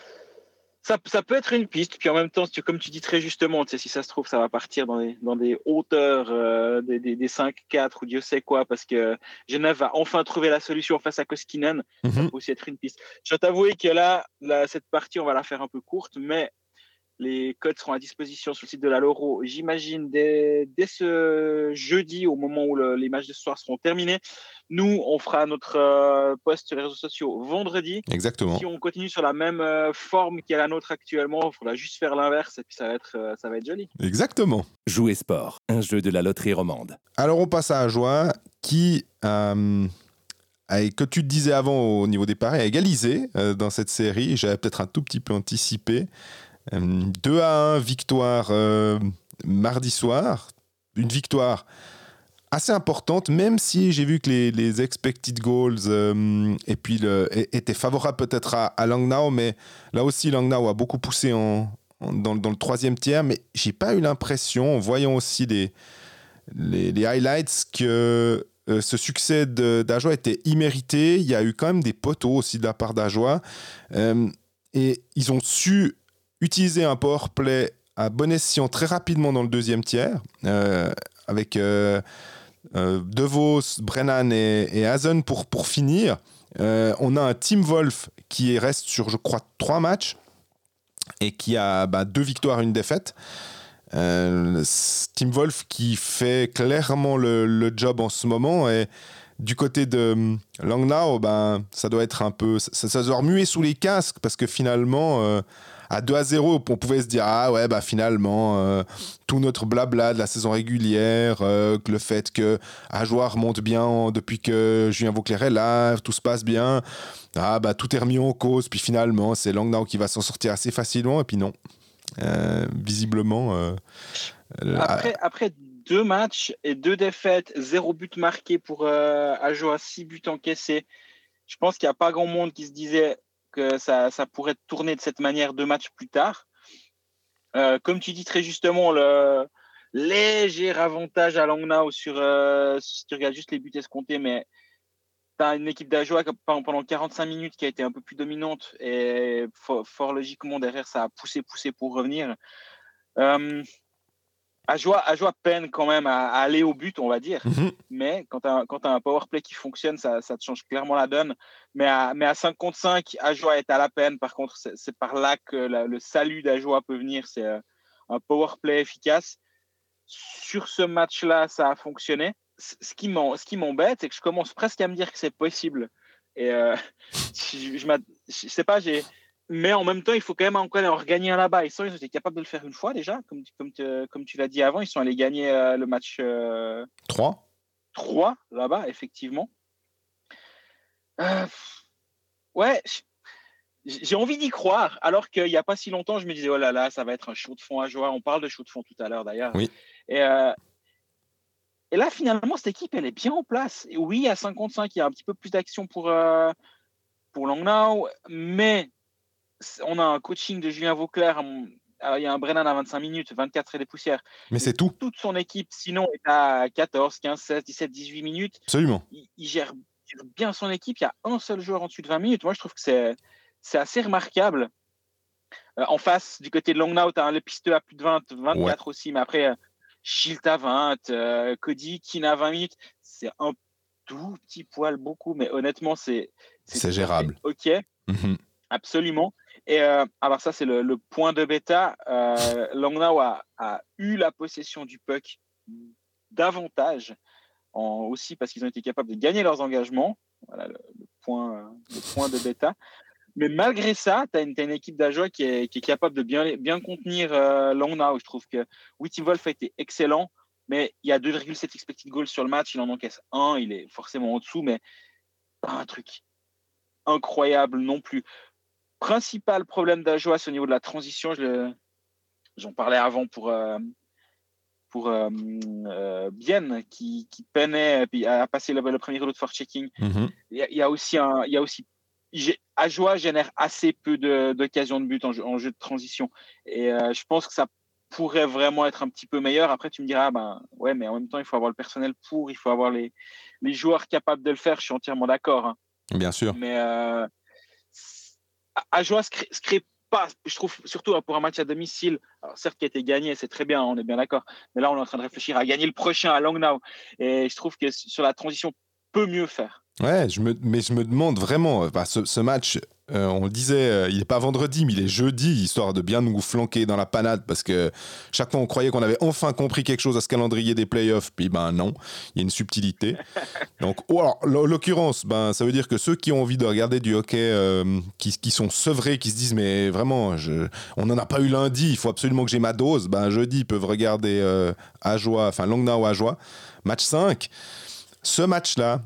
Ça, ça peut être une piste, puis en même temps, comme tu dis très justement, tu sais, si ça se trouve, ça va partir dans des, dans des hauteurs euh, des, des, des cinq quatre ou Dieu sait quoi, parce que Genève va enfin trouver la solution face à Koskinen. Mm-hmm. Ça peut aussi être une piste. Je dois t'avouer que là, là, cette partie, on va la faire un peu courte, mais les codes seront à disposition sur le site de la Loro, j'imagine, dès, dès ce jeudi, au moment où le, les matchs de ce soir seront terminés. Nous, on fera notre euh, post sur les réseaux sociaux vendredi. Exactement. Si on continue sur la même euh, forme qu'est la nôtre actuellement, il faudra juste faire l'inverse et puis ça va être, euh, ça va être joli. Exactement. Jouer sport, un jeu de la loterie romande. Alors, on passe à Ajoie qui... Euh... Et que tu te disais avant au niveau des paris, a égalisé euh, dans cette série. J'avais peut-être un tout petit peu anticipé. Euh, deux à un, victoire euh, mardi soir. Une victoire assez importante, même si j'ai vu que les, les expected goals euh, et puis le, étaient favorables peut-être à, à Langnau, mais là aussi Langnau a beaucoup poussé en, en, dans, dans le troisième tiers, mais j'ai pas eu l'impression, en voyant aussi les, les, les highlights, que Euh, ce succès de, d'Ajoie était immérité. Il y a eu quand même des poteaux aussi de la part d'Ajoie. Euh, et ils ont su utiliser un power play à bon escient très rapidement dans le deuxième tiers, euh, avec euh, euh, De Vos, Brennan et, et Hazen pour, pour finir. Euh, on a un Tim Wolf qui reste sur, je crois, trois matchs et qui a bah, deux victoires et une défaite. Euh, Tim Wolf qui fait clairement le, le job en ce moment, et du côté de Langnau, ben, ça doit être un peu ça, ça doit remuer sous les casques, parce que finalement euh, à deux à zéro on pouvait se dire ah ouais bah finalement euh, tout notre blabla de la saison régulière, euh, le fait que Ajoie remonte bien depuis que Julien Vauclair est là, tout se passe bien, ah bah tout est remis en cause, puis finalement c'est Langnau qui va s'en sortir assez facilement, et puis non. Euh, visiblement euh, après, euh... après deux matchs et deux défaites, zéro but marqué pour euh, Ajoie, six buts encaissés, je pense qu'il n'y a pas grand monde qui se disait que ça, ça pourrait tourner de cette manière deux matchs plus tard. Euh, comme tu dis très justement, le léger avantage à Langnau sur, euh, si tu regardes juste les buts escomptés, mais tu as une équipe d'Ajoie pendant quarante-cinq minutes qui a été un peu plus dominante, et fort, fort logiquement derrière ça a poussé, poussé pour revenir. Euh, Ajoie, Ajoie peine quand même à, à aller au but, on va dire. Mm-hmm. Mais quand tu as un powerplay qui fonctionne, ça, ça te change clairement la donne. Mais à, mais à cinq contre cinq, Ajoie est à la peine. Par contre, c'est, c'est par là que la, le salut d'Ajoie peut venir. C'est euh, un powerplay efficace. Sur ce match-là, ça a fonctionné. Ce qui, m'en, ce qui m'embête, c'est que je commence presque à me dire que c'est possible. Et euh, je, je, je sais pas, j'ai... Mais en même temps, il faut quand même encore en gagner un là-bas. Ils sont, ils ont été capables de le faire une fois déjà, comme, comme, te, comme tu l'as dit avant. Ils sont allés gagner euh, le match euh, trois trois là-bas, effectivement. Euh, ouais, j'ai envie d'y croire. Alors qu'il n'y a pas si longtemps, je me disais, oh là là, ça va être un show de fond à Ajoie. On parle de show de fond tout à l'heure d'ailleurs. Oui. Et, euh, Et là, finalement, cette équipe, elle est bien en place. Et oui, à cinq contre cinq, il y a un petit peu plus d'action pour, euh, pour Langnau, mais on a un coaching de Julien Vauclair. Alors, il y a un Brennan à vingt-cinq minutes, vingt-quatre et des poussières. Mais c'est tout. Toute son équipe, sinon, est à quatorze, quinze, seize, dix-sept, dix-huit minutes. Absolument. Il, il gère bien son équipe. Il y a un seul joueur en dessus de vingt minutes. Moi, je trouve que c'est, c'est assez remarquable. Euh, en face, du côté de Langnau, tu as un Lepisteux à plus de vingt, vingt-quatre ouais. aussi. Mais après, euh, Schilt à vingt, euh, Cody, Kina à vingt minutes. C'est un tout petit poil beaucoup, mais honnêtement, c'est, c'est, c'est gérable. OK. Mm-hmm. Absolument. Et euh, alors ça, c'est le, le point de bêta. Euh, Langnau a, a eu la possession du puck davantage, en, aussi parce qu'ils ont été capables de gagner leurs engagements. Voilà le, le, point, le point de bêta. Mais malgré ça, tu as une, une équipe d'Ajoie qui est, qui est capable de bien, bien contenir euh, Langnau. Je trouve que Witty Wolf a été excellent, mais il y a deux virgule sept expected goals sur le match. Il en encaisse un. Il est forcément en dessous, mais pas un truc incroyable non plus. Principal problème d'Ajoie, c'est au niveau de la transition. Je le, j'en parlais avant pour, euh, pour euh, euh, Bienne, qui, qui peinait puis à passer le, le premier rouleau de forechecking. Mm-hmm. Il, y a aussi un, il y a aussi Ajoie génère assez peu de, d'occasions de but en jeu, en jeu de transition. Et euh, je pense que ça pourrait vraiment être un petit peu meilleur. Après, tu me diras, ben, ouais, mais en même temps, il faut avoir le personnel pour, il faut avoir les, les joueurs capables de le faire. Je suis entièrement d'accord. Hein. Bien sûr. Mais euh, Ajoie se crée, se crée pas, je trouve, surtout pour un match à domicile, alors certes qui a été gagné, c'est très bien, on est bien d'accord, mais là on est en train de réfléchir à gagner le prochain à Langnau, et je trouve que sur la transition, peut mieux faire. Ouais, je me, mais je me demande vraiment, bah, ce, ce match, euh, on le disait, euh, il n'est pas vendredi, mais il est jeudi, histoire de bien nous flanquer dans la panade, parce que chaque fois on croyait qu'on avait enfin compris quelque chose à ce calendrier des playoffs, puis ben non, il y a une subtilité. Donc, oh, alors, l'occurrence, ben, ça veut dire que ceux qui ont envie de regarder du hockey, euh, qui, qui sont sevrés, qui se disent, mais vraiment, je, on n'en a pas eu lundi, il faut absolument que j'ai ma dose, ben jeudi, ils peuvent regarder euh, Ajoie, enfin Langnau Ajoie, match cinq. Ce match-là,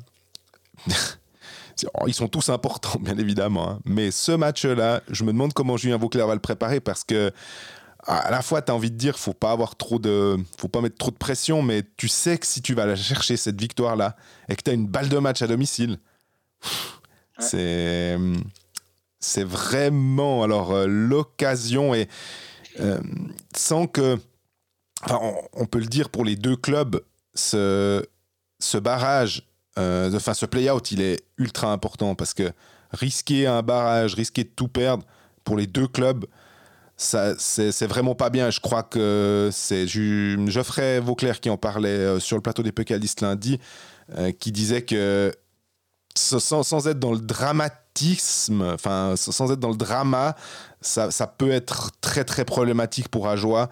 ils sont tous importants, bien évidemment, hein. Mais ce match-là, je me demande comment Julien Vauclair va le préparer, parce que à la fois, tu as envie de dire, faut pas avoir trop de, faut pas mettre trop de pression, mais tu sais que si tu vas la chercher cette victoire-là et que tu as une balle de match à domicile, ouais. c'est, c'est vraiment alors euh, l'occasion, et euh, sans que, enfin, on, on peut le dire pour les deux clubs, ce, ce barrage. Euh, enfin, ce play-out, il est ultra important, parce que risquer un barrage, risquer de tout perdre pour les deux clubs, ça, c'est, c'est vraiment pas bien. Je crois que c'est Geoffrey Vauclair qui en parlait sur le plateau des Pécalistes lundi, euh, qui disait que sans, sans être dans le dramatisme, enfin sans être dans le drama, ça, ça peut être très très problématique pour Ajoie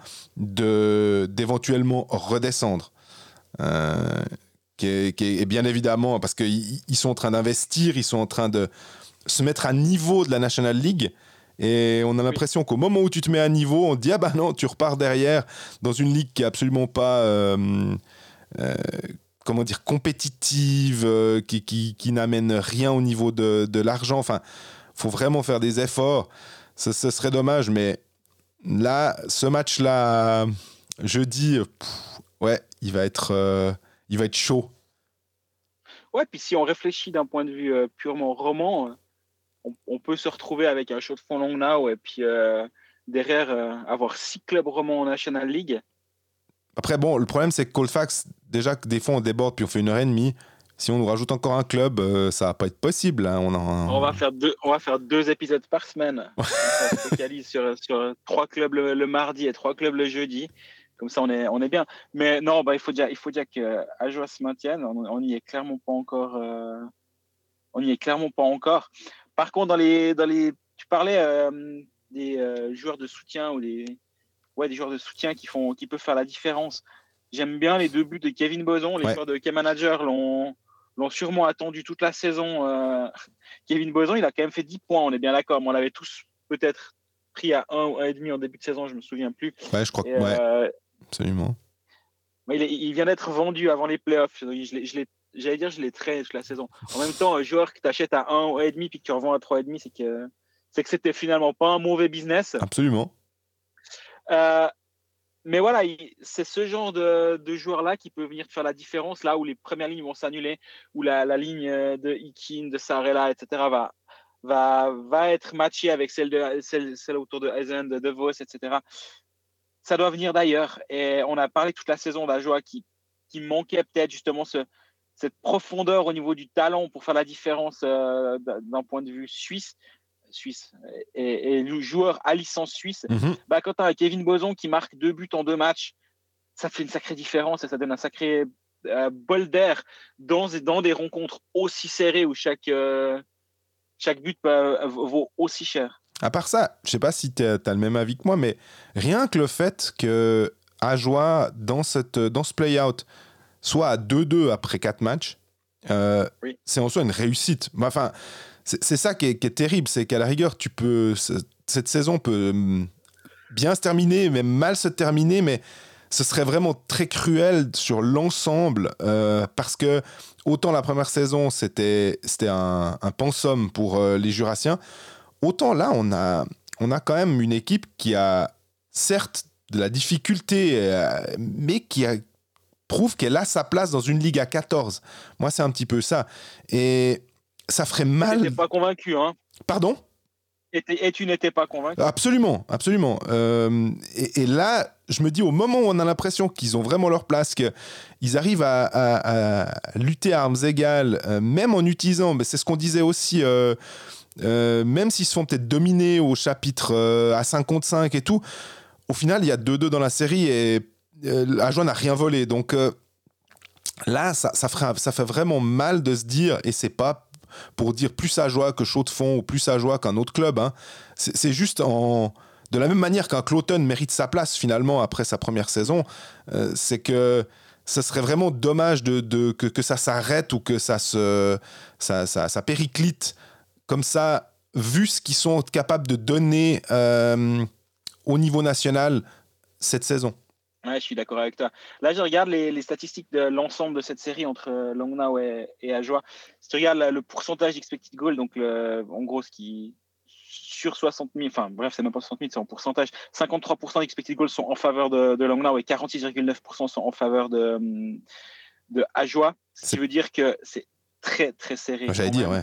de, d'éventuellement redescendre. Euh, Qui est, qui est, et bien évidemment, parce qu'ils ils sont en train d'investir, ils sont en train de se mettre à niveau de la National League, et on a l'impression qu'au moment où tu te mets à niveau, on te dit ah bah non, tu repars derrière dans une ligue qui est absolument pas euh, euh, comment dire, compétitive, euh, qui, qui, qui n'amène rien au niveau de, de l'argent. Enfin, faut vraiment faire des efforts. Ce, ce serait dommage, mais là, ce match-là, jeudi, pff, ouais, il va être euh, il va être chaud. Ouais, puis si on réfléchit d'un point de vue euh, purement roman, on, on peut se retrouver avec un show de fond Langnau et puis euh, derrière euh, avoir six clubs romans en National League. Après, bon, le problème c'est que Colfax, déjà que des fois on déborde puis on fait une heure et demie, si on nous rajoute encore un club, euh, ça va pas être possible. Hein. On, en... on, va faire deux, on va faire deux épisodes par semaine. On se focalise sur, sur trois clubs le, le mardi et trois clubs le jeudi. Comme ça, on est, on est bien. Mais non, bah, il faut dire, il faut dire qu'Ajoie se maintienne. On n'y est clairement pas encore. Euh, on n'y est clairement pas encore. Par contre, dans les, dans les, tu parlais euh, des euh, joueurs de soutien ou des, ouais, des joueurs de soutien qui font, qui peuvent faire la différence. J'aime bien les deux buts de Kevin Boson. Les ouais. joueurs de K-Manager l'ont, l'ont sûrement attendu toute la saison. Euh, Kevin Boson, il a quand même fait dix points. On est bien d'accord. Mais on l'avait tous peut-être pris à un ou un virgule cinq en début de saison. Je me souviens plus. Ouais, je crois que. Et, ouais. euh, Absolument. Il, est, il vient d'être vendu avant les playoffs. Je l'ai, je l'ai, j'allais dire, je l'ai traîné toute la saison. En même temps, un joueur que tu achètes à un virgule cinq puis que tu revends à trois virgule cinq, c'est que, c'est que c'était finalement pas un mauvais business. Absolument. Euh, mais voilà, il, c'est ce genre de, de joueur-là qui peut venir faire la différence, là où les premières lignes vont s'annuler, où la, la ligne de Ikin, de Sarela, et cetera va, va, va être matchée avec celle, de, celle, celle autour de Eisen, de De Vos, et cetera. Ça doit venir d'ailleurs. Et on a parlé toute la saison d'Ajoa qui, qui manquait peut-être justement ce, cette profondeur au niveau du talent pour faire la différence euh, d'un point de vue suisse. Suisse et, et le joueur à licence suisse, mm-hmm. bah, quand tu as Kevin Boson qui marque deux buts en deux matchs, ça fait une sacrée différence et ça donne un sacré euh, bol d'air dans, dans des rencontres aussi serrées où chaque, euh, chaque but euh, vaut aussi cher. À part ça, je ne sais pas si tu as le même avis que moi, mais rien que le fait que Ajoa, dans, cette, dans ce play-out, soit à deux deux après quatre matchs, euh, oui. c'est en soi une réussite. Enfin, C'est, c'est ça qui est, qui est terrible, c'est qu'à la rigueur, tu peux, cette saison peut bien se terminer, même mal se terminer, mais ce serait vraiment très cruel sur l'ensemble, euh, parce que autant la première saison, c'était, c'était un, un pensum pour euh, les Jurassiens, autant là, on a, on a quand même une équipe qui a certes de la difficulté, euh, mais qui a, prouve qu'elle a sa place dans une ligue à quatorze. Moi, c'est un petit peu ça. Et ça ferait mal. Tu n'étais pas convaincu, hein ? Pardon ? Et, et tu n'étais pas convaincu ? Absolument, absolument. Euh, et, et là, je me dis, au moment où on a l'impression qu'ils ont vraiment leur place, qu'ils arrivent à, à, à lutter à armes égales, euh, même en utilisant, mais c'est ce qu'on disait aussi, euh, euh, même s'ils se font peut-être dominer au chapitre euh, à cinq contre cinq et tout, au final, il y a deux deux dans la série et euh, Ajoa n'a rien volé. Donc euh, là, ça, ça, ferait, ça fait vraiment mal de se dire, et c'est pas pour dire plus Ajoa que Chaux-de-Fonds ou plus Ajoa qu'un autre club, hein. c'est, c'est juste en... de la même manière qu'un Cloton mérite sa place finalement après sa première saison, euh, c'est que ce serait vraiment dommage de, de, que, que ça s'arrête ou que ça, se, ça, ça, ça périclite comme ça, vu ce qu'ils sont capables de donner euh, au niveau national cette saison. Ouais, je suis d'accord avec toi. Là, je regarde les, les statistiques de l'ensemble de cette série entre Langnau et, et Ajoa. Si tu regardes la, le pourcentage d'expected goal, donc le, en gros, ce qui sur soixante mille, enfin bref, c'est même pas soixante mille, c'est en pourcentage. cinquante-trois pour cent d'expected goals sont en faveur de, de Langnau et quarante-six virgule neuf pour cent sont en faveur de, de Ajoa. Ce c'est... qui veut dire que c'est très, très serré. Moi, j'allais dire, ouais.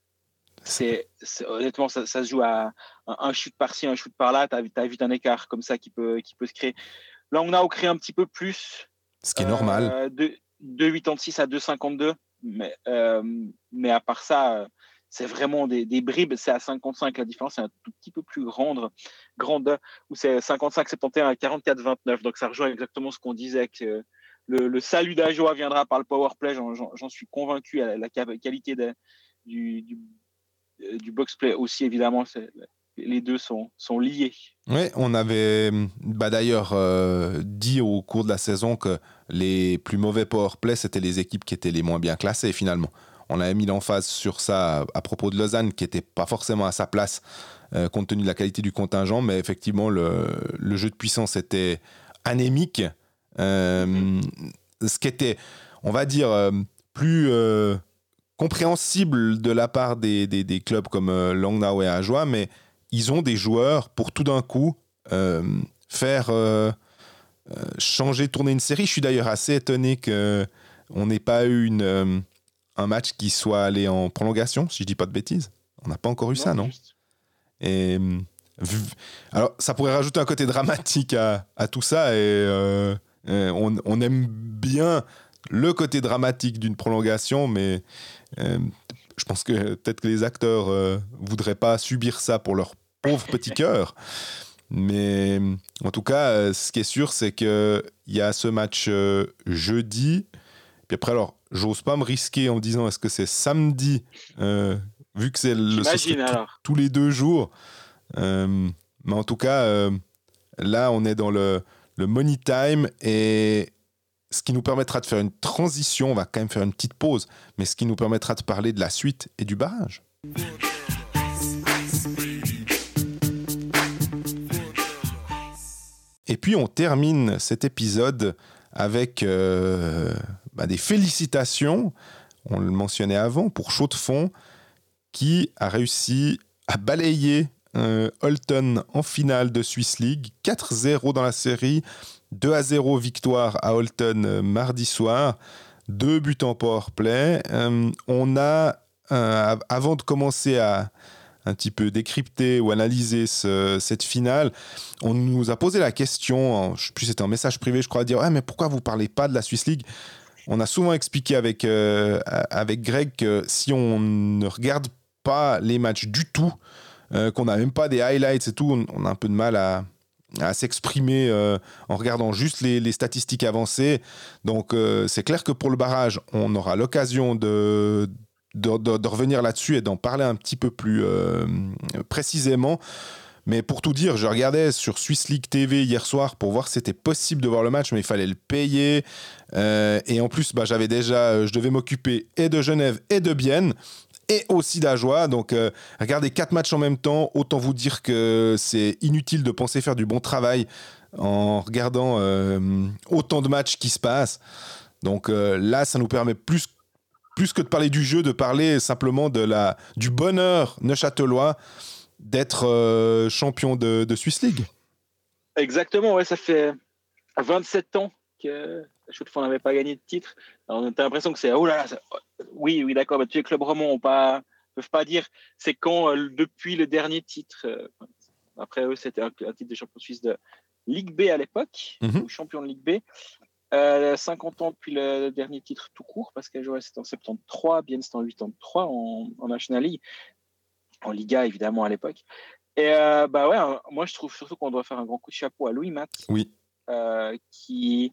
C'est, c'est, honnêtement, ça, ça se joue à un, un shoot par-ci, un shoot par-là. Tu as vite un écart comme ça qui peut, qui peut se créer. Là, on a créé un petit peu plus. Ce qui est euh, normal. De deux virgule quatre-vingt-six à deux virgule cinquante-deux. Mais, euh, mais à part ça, c'est vraiment des, des bribes. C'est à cinquante-cinq. La différence est un tout petit peu plus grande. grande où c'est cinquante-cinq soixante et un à quarante-quatre vingt-neuf. Donc, ça rejoint exactement ce qu'on disait. Que le, le salut d'Ajoa viendra par le powerplay. J'en, j'en, j'en suis convaincu. À la, la qualité de, du, du, du box-play aussi, évidemment. C'est, les deux sont, sont liés. Oui, on avait bah d'ailleurs euh, dit au cours de la saison que les plus mauvais powerplay, c'était les équipes qui étaient les moins bien classées finalement. On avait mis l'emphase sur ça à, à propos de Lausanne, qui n'était pas forcément à sa place euh, compte tenu de la qualité du contingent, mais effectivement, le, le jeu de puissance était anémique. Euh, mm-hmm. Ce qui était, on va dire, euh, plus euh, compréhensible de la part des, des, des clubs comme euh, Langnau et Ajoa, mais ils ont des joueurs pour tout d'un coup euh, faire euh, euh, changer, tourner une série. Je suis d'ailleurs assez étonné qu'on n'ait pas eu une, euh, un match qui soit allé en prolongation, si je ne dis pas de bêtises. On n'a pas encore eu non, ça, non et, vu, alors, ça pourrait rajouter un côté dramatique à, à tout ça. Et, euh, et on, on aime bien le côté dramatique d'une prolongation, mais... Euh, je pense que peut-être que les acteurs euh, voudraient pas subir ça pour leur pauvre petit cœur. Mais en tout cas, euh, ce qui est sûr, c'est qu'il y a ce match euh, jeudi. Puis après, alors, j'ose pas me risquer en me disant est-ce que c'est samedi, euh, vu que c'est le, ce serait tout, tous les deux jours. Euh, mais en tout cas, euh, là, on est dans le, le money time et... ce qui nous permettra de faire une transition, on va quand même faire une petite pause, mais ce qui nous permettra de parler de la suite et du barrage. Et puis on termine cet épisode avec euh, bah, des félicitations, on le mentionnait avant, pour Chaux-de-Fonds, qui a réussi à balayer euh, Holton en finale de Swiss League, quatre zéro dans la série. deux à zéro victoire à Holton euh, mardi soir, deux buts en powerplay. Euh, on a, euh, avant de commencer à un petit peu décrypter ou analyser ce, cette finale, on nous a posé la question, je sais plus, c'était un message privé, je crois, à dire ah, mais pourquoi vous parlez pas de la Swiss League ? On a souvent expliqué avec, euh, avec Greg que si on ne regarde pas les matchs du tout, euh, qu'on n'a même pas des highlights et tout, on, on a un peu de mal à, à s'exprimer euh, en regardant juste les, les statistiques avancées. Donc euh, c'est clair que pour le barrage, on aura l'occasion de De, de, de revenir là-dessus et d'en parler un petit peu plus euh, précisément. Mais pour tout dire, je regardais sur Swiss League T V hier soir pour voir si c'était possible de voir le match, mais il fallait le payer. Euh, et en plus, bah, j'avais déjà, je devais m'occuper et de Genève et de Bienne et aussi d'Ajoie. Donc, euh, regarder quatre matchs en même temps, autant vous dire que c'est inutile de penser faire du bon travail en regardant euh, autant de matchs qui se passent. Donc euh, là, ça nous permet plus plus que de parler du jeu, de parler simplement de la, du bonheur neuchâtelois d'être euh, champion de, de Swiss League. Exactement, ouais, ça fait vingt-sept ans que Chaux-de-Fonds n'avait pas gagné de titre. Alors, on a l'impression que c'est oh là là, ça... oui, oui, d'accord, mais tous les clubs romands ne peuvent pas dire c'est quand euh, depuis le dernier titre. Euh, après eux, c'était un, un titre de champion suisse de Ligue B à l'époque, mm-hmm. ou champion de Ligue B. Euh, cinquante ans depuis le dernier titre tout court, parce que c'était en soixante-treize, Bienne c'était en quatre-vingt-treize en, en National League, en Liga évidemment à l'époque. Et euh, bah ouais, moi je trouve surtout qu'on doit faire un grand coup de chapeau à Louis Matt, oui. euh, qui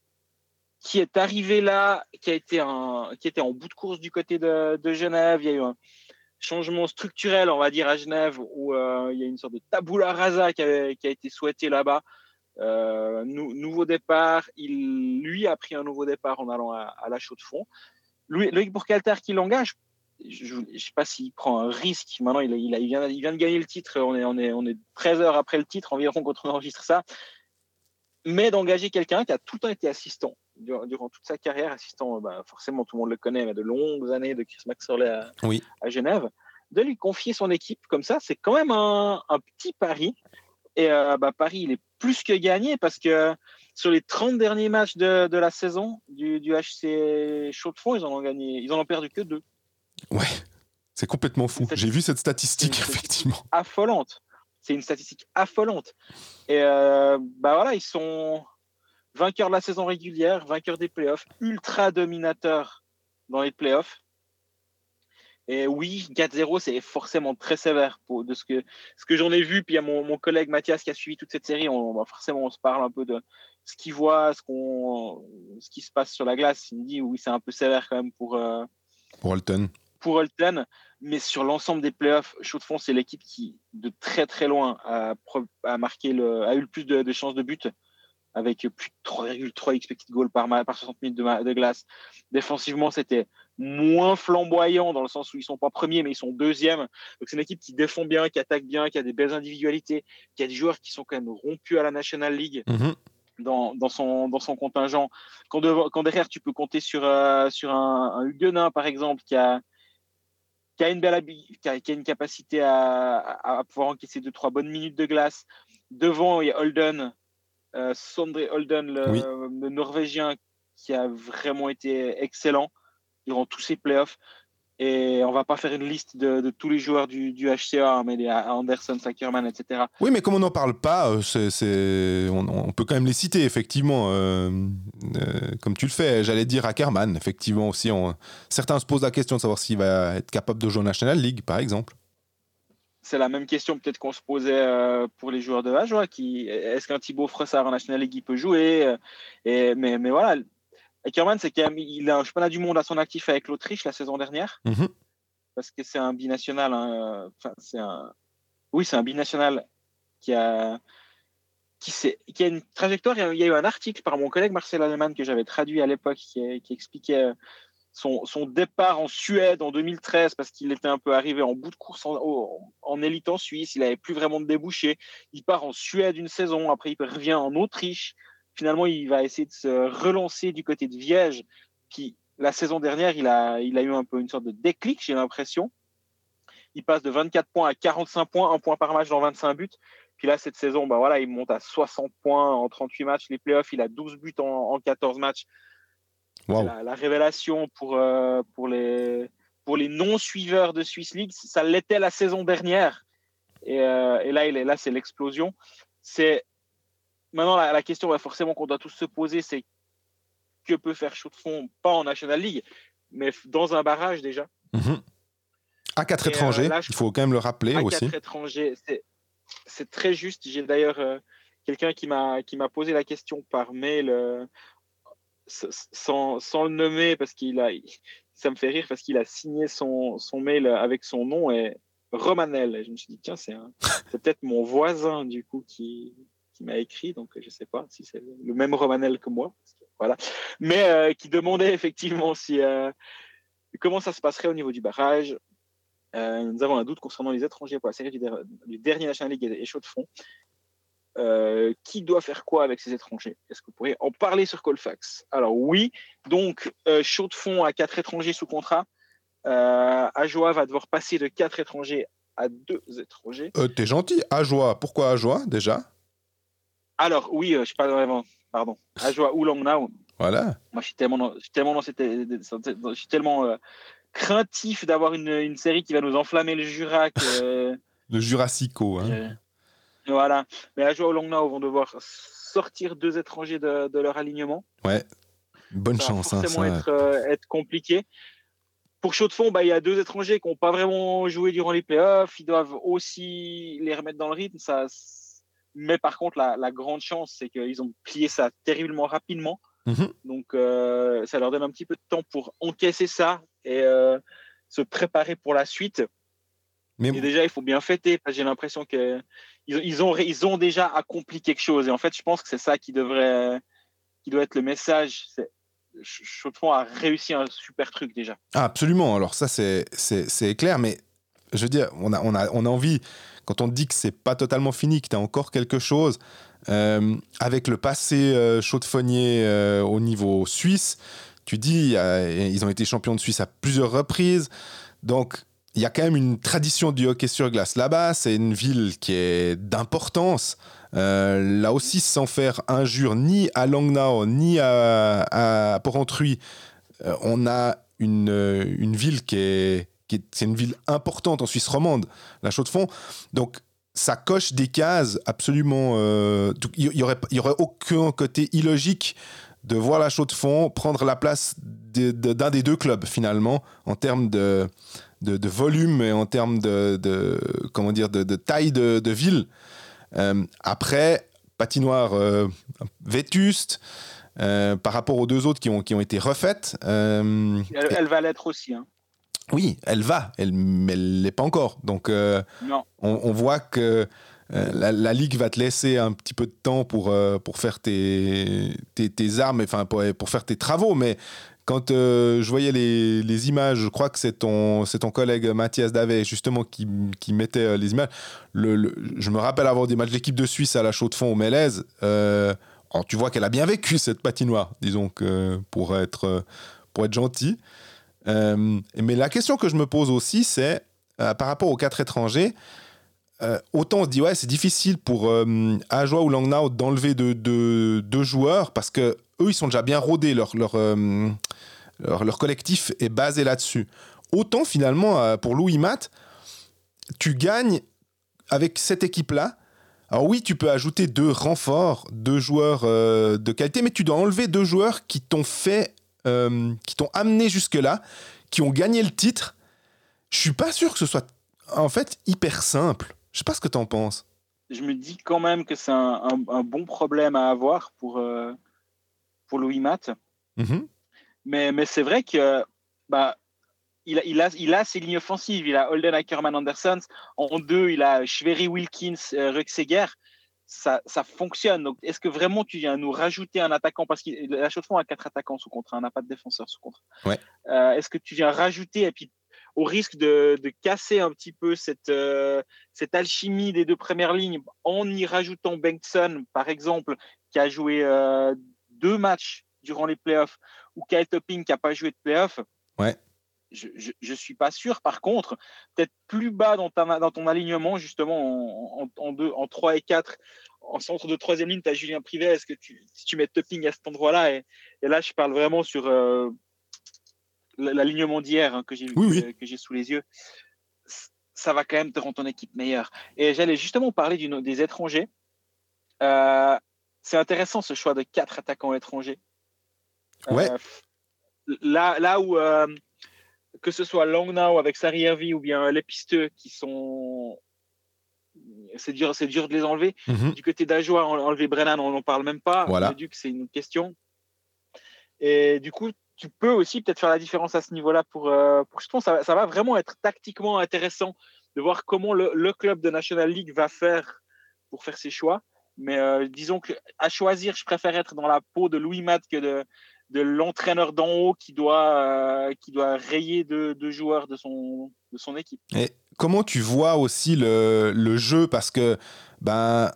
qui est arrivé là, qui a été un, qui était en bout de course du côté de, de Genève. Il y a eu un changement structurel, on va dire, à Genève, où euh, il y a une sorte de tabula rasa qui a, qui a été souhaité là-bas. Euh, nou, nouveau départ, il lui a pris un nouveau départ en allant à, à la Chaux-de-Fonds. Loïc Bourcalter qui l'engage, je ne sais pas s'il prend un risque. Maintenant, il, il, il, vient, il vient de gagner le titre. On est, on est, on est treize heures après le titre environ quand on enregistre ça. Mais d'engager quelqu'un qui a tout le temps été assistant durant, durant toute sa carrière, assistant, bah, forcément tout le monde le connaît, mais de longues années de Chris Maxwell à, oui. à Genève, de lui confier son équipe comme ça, c'est quand même un, un petit pari. Et euh, bah, Paris, il est plus que gagné parce que sur les trente derniers matchs de, de la saison du, du H C Chaux-de-Fonds, ils en ont gagné, ils en ont perdu que deux. Ouais, c'est complètement fou. J'ai vu cette statistique, effectivement. Affolante. C'est une statistique affolante. Et euh, bah voilà, ils sont vainqueurs de la saison régulière, vainqueurs des playoffs, ultra dominateurs dans les playoffs. Et oui, quatre zéro, c'est forcément très sévère pour, de ce que, ce que j'en ai vu. Puis il y a mon, mon collègue Mathias qui a suivi toute cette série. On, on, forcément, on se parle un peu de ce qu'il voit, ce, qu'on, ce qui se passe sur la glace. Il me dit oui, c'est un peu sévère quand même pour, euh, pour Holton. Pour Holton. Mais sur l'ensemble des playoffs, Chaux-de-Fonds, c'est l'équipe qui, de très très loin, a, a, marqué le, a eu le plus de, de chances de but, avec plus de trois virgule trois expected goals par, par soixante minutes de, de glace. Défensivement, c'était moins flamboyant dans le sens où ils sont pas premiers, mais ils sont deuxièmes. Donc c'est une équipe qui défend bien, qui attaque bien, qui a des belles individualités, qui a des joueurs qui sont quand même rompus à la National League mm-hmm. dans, dans, son, dans son contingent. Quand, de, quand derrière, tu peux compter sur, euh, sur un, un Huguenin, par exemple, qui a, qui a, une, belle, qui a, qui a une capacité à, à, à pouvoir encaisser deux trois bonnes minutes de glace. Devant, il y a Holden, Euh, Sondre Holden, le, oui. le Norvégien, qui a vraiment été excellent durant tous ces playoffs. Et on ne va pas faire une liste de, de tous les joueurs du, du H C A, mais il y a Anderson, Sackerman, et cetera. Oui, mais comme on n'en parle pas, c'est, c'est, on, on peut quand même les citer, effectivement, euh, euh, comme tu le fais. J'allais dire Ackerman, effectivement, aussi. On, certains se posent la question de savoir s'il va être capable de jouer en National League, par exemple. C'est la même question peut-être qu'on se posait euh, pour les joueurs de Ajoie. Qui, est-ce qu'un Thibaut Fressard en National League il peut jouer euh, et, mais, mais voilà, Ackerman, c'est qu'il a, il a un championnat du monde à son actif avec l'Autriche la saison dernière, mm-hmm. parce que c'est un binational. Hein, enfin, c'est un, oui, c'est un binational qui a, qui, qui a une trajectoire. Il y a eu un article par mon collègue Marcel Allemann que j'avais traduit à l'époque qui, qui expliquait Son, son départ en Suède en deux mille treize parce qu'il était un peu arrivé en bout de course en, en, en élite en Suisse, il n'avait plus vraiment de débouchés. Il part en Suède une saison, après il revient en Autriche. Finalement, il va essayer de se relancer du côté de Viège. Puis la saison dernière, il a, il a eu un peu une sorte de déclic, j'ai l'impression. Il passe de vingt-quatre points à quarante-cinq points, un point par match dans vingt-cinq buts. Puis là, cette saison, bah voilà, il monte à soixante points en trente-huit matchs. Les playoffs, il a douze buts en, en quatorze matchs. Wow. La, la révélation pour, euh, pour, les, pour les non-suiveurs de Swiss League, ça l'était la saison dernière. Et, euh, et là, il est, là, c'est l'explosion. C'est... Maintenant, la, la question bah, forcément qu'on doit tous se poser, c'est que peut faire Chaux-de-Fonds, pas en National League, mais dans un barrage déjà. Mmh. À quatre et étrangers, euh, là, il faut quand même le rappeler à aussi. À quatre étrangers, c'est... C'est très juste. J'ai d'ailleurs euh, quelqu'un qui m'a, qui m'a posé la question par mail euh, sans, sans le nommer parce qu'il a, ça me fait rire parce qu'il a signé son, son mail avec son nom et Romanel. Et je me suis dit, tiens, c'est, un, c'est peut-être mon voisin du coup qui, qui m'a écrit. Donc, je ne sais pas si c'est le même Romanel que moi. Voilà. Mais euh, qui demandait effectivement si, euh, comment ça se passerait au niveau du barrage. Euh, nous avons un doute concernant les étrangers pour la série du, der- du dernier National League et Chaux-de-Fonds. Euh, qui doit faire quoi avec ces étrangers? Est-ce que vous pourriez en parler sur Colfax? Alors oui, donc euh, Chaux-de-Fonds a quatre étrangers sous contrat. Euh, Ajoie va devoir passer de quatre étrangers à deux étrangers. Euh, t'es gentil, Ajoie. Pourquoi Ajoie déjà? Alors oui, euh, je sais pas vraiment. Pardon. Ajoie ou Langnau. Voilà. Moi, je suis tellement, dans, je suis tellement dans cette, je suis tellement euh, craintif d'avoir une, une série qui va nous enflammer le Jura. Que, le Jurassico. Hein. Je... Voilà. Mais Ajoie ou Langnau vont devoir sortir deux étrangers de, de leur alignement. Ouais. Bonne ça chance. Ça va forcément hein, ça... être, euh, être compliqué. Pour Chaux-de-Fonds, bah, il y a deux étrangers qui n'ont pas vraiment joué durant les playoffs. Ils doivent aussi les remettre dans le rythme. Ça... Mais par contre, la, la grande chance, c'est qu'ils ont plié ça terriblement rapidement. Mmh. Donc, euh, ça leur donne un petit peu de temps pour encaisser ça et euh, se préparer pour la suite. Mais... Et déjà, il faut bien fêter. J'ai l'impression qu'ils ils ont, ils ont déjà accompli quelque chose. Et en fait, je pense que c'est ça qui, devrait, qui doit être le message. C'est, Chaux-de-Fonds a réussi un super truc déjà. Ah, absolument. Alors ça, c'est, c'est, c'est clair. Mais je veux dire, on a, on a, on a envie, quand on te dit que c'est pas totalement fini, que tu as encore quelque chose... Euh, avec le passé euh, chaudefonnier euh, au niveau suisse, tu dis euh, ils ont été champions de Suisse à plusieurs reprises, donc il y a quand même une tradition du hockey sur glace là-bas. C'est une ville qui est d'importance, euh, là aussi sans faire injure ni à Langnau ni à, à Porrentruy. Euh, on a une, une ville qui est, qui est c'est une ville importante en Suisse romande, la Chaux-de-Fonds, donc ça coche des cases absolument... Il euh, n'y aurait, y aurait aucun côté illogique de voir la Chaux-de-Fonds prendre la place de, de, d'un des deux clubs, finalement, en termes de, de, de volume et en termes de, de, comment dire, de, de taille de, de ville. Euh, après, patinoire euh, vétuste, euh, par rapport aux deux autres qui ont, qui ont été refaites. Euh, elle, elle va l'être aussi, hein. Oui, elle va, elle, mais elle ne l'est pas encore. Donc, euh, non. On, on voit que euh, la, la Ligue va te laisser un petit peu de temps pour, euh, pour faire tes, tes, tes armes, enfin pour, pour faire tes travaux. Mais quand euh, je voyais les, les images, je crois que c'est ton, c'est ton collègue Mathias Davet, justement, qui, qui mettait euh, les images. Le, le, je me rappelle avoir des matchs de l'équipe de Suisse à la Chaux-de-Fonds au Mélèze. Euh, alors, tu vois qu'elle a bien vécu cette patinoire, disons, que, pour, être, pour être gentil. Euh, mais la question que je me pose aussi, c'est euh, par rapport aux quatre étrangers, euh, autant on se dit ouais, c'est difficile pour euh, Ajoie ou Langnau d'enlever deux de, de joueurs parce que eux ils sont déjà bien rodés, leur, leur, euh, leur, leur collectif est basé là-dessus. Autant finalement euh, pour Louis Matt, tu gagnes avec cette équipe-là. Alors oui, tu peux ajouter deux renforts, deux joueurs euh, de qualité, mais tu dois enlever deux joueurs qui t'ont fait Euh, qui t'ont amené jusque-là, qui ont gagné le titre. Je suis pas sûr que ce soit en fait hyper simple. Je sais pas ce que t'en penses. Je me dis quand même que c'est un, un, un bon problème à avoir pour, euh, pour Louis Matt. Mm-hmm. Mais, mais c'est vrai que bah, il, a, il, a, il a ses lignes offensives. Il a Holden Ackerman Anderson. En deux, il a Schwery Wilkins, euh, Ruxeger. Ça, ça fonctionne. Donc, est-ce que vraiment tu viens nous rajouter un attaquant parce que la Chaux-de-Fonds a quatre attaquants sous contrat, on n'a pas de défenseur sous contrat. Ouais. Euh, est-ce que tu viens rajouter et puis au risque de, de casser un petit peu cette, euh, cette alchimie des deux premières lignes en y rajoutant Bengtsson, par exemple, qui a joué euh, deux matchs durant les playoffs, ou Kyle Topping qui n'a pas joué de playoffs. Ouais. je, je, je suis pas sûr. Par contre, peut-être plus bas dans, ta, dans ton alignement, justement, en, en, en, deux, en trois et quatre, en centre de troisième ligne, tu as Julien Privet. Est-ce que tu, si tu mets Topping à cet endroit-là, et, et là, je parle vraiment sur euh, l'alignement d'hier hein, que, j'ai, oui, que, oui. que j'ai sous les yeux, ça va quand même te rendre ton équipe meilleure. Et j'allais justement parler d'une, des étrangers. Euh, c'est intéressant ce choix de quatre attaquants étrangers. Ouais. Euh, là, là où, euh, que ce soit Langnau avec Sarri-Hervi ou bien les Pisteux qui sont. C'est dur, c'est dur de les enlever. Mm-hmm. Du côté d'Ajoie, enlever Brennan, on n'en parle même pas. Voilà. Le Duc, c'est une autre question. Et du coup, tu peux aussi peut-être faire la différence à ce niveau-là pour, euh, pour je pense ça, ça va vraiment être tactiquement intéressant de voir comment le, le club de National League va faire pour faire ses choix. Mais euh, disons qu'à choisir, je préfère être dans la peau de Louis Matt que de, de l'entraîneur d'en haut qui doit, euh, qui doit rayer deux, deux joueurs de son, de son équipe. Et comment tu vois aussi le, le jeu, parce que ben,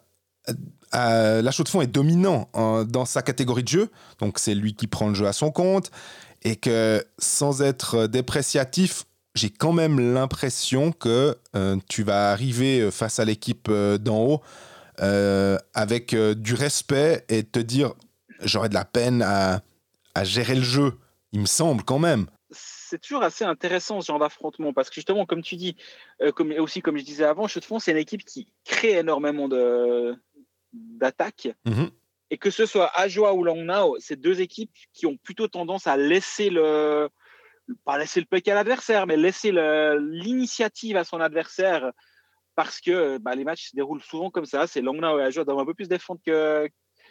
euh, la Chaux-de-Fonds est dominant hein, dans sa catégorie de jeu, donc c'est lui qui prend le jeu à son compte, et que sans être dépréciatif, j'ai quand même l'impression que euh, tu vas arriver face à l'équipe euh, d'en haut euh, avec euh, du respect et te dire j'aurais de la peine à, à gérer le jeu, il me semble quand même. C'est toujours assez intéressant ce genre d'affrontement parce que justement, comme tu dis, euh, comme, aussi comme je disais avant, Chaux-de-Fonds, c'est une équipe qui crée énormément de, d'attaques. Mm-hmm. Et que ce soit Ajoie ou Langnau, c'est deux équipes qui ont plutôt tendance à laisser le, pas laisser le puck à l'adversaire, mais laisser le, l'initiative à son adversaire parce que bah, les matchs se déroulent souvent comme ça. C'est Langnau et Ajoie doivent un peu plus défendre que,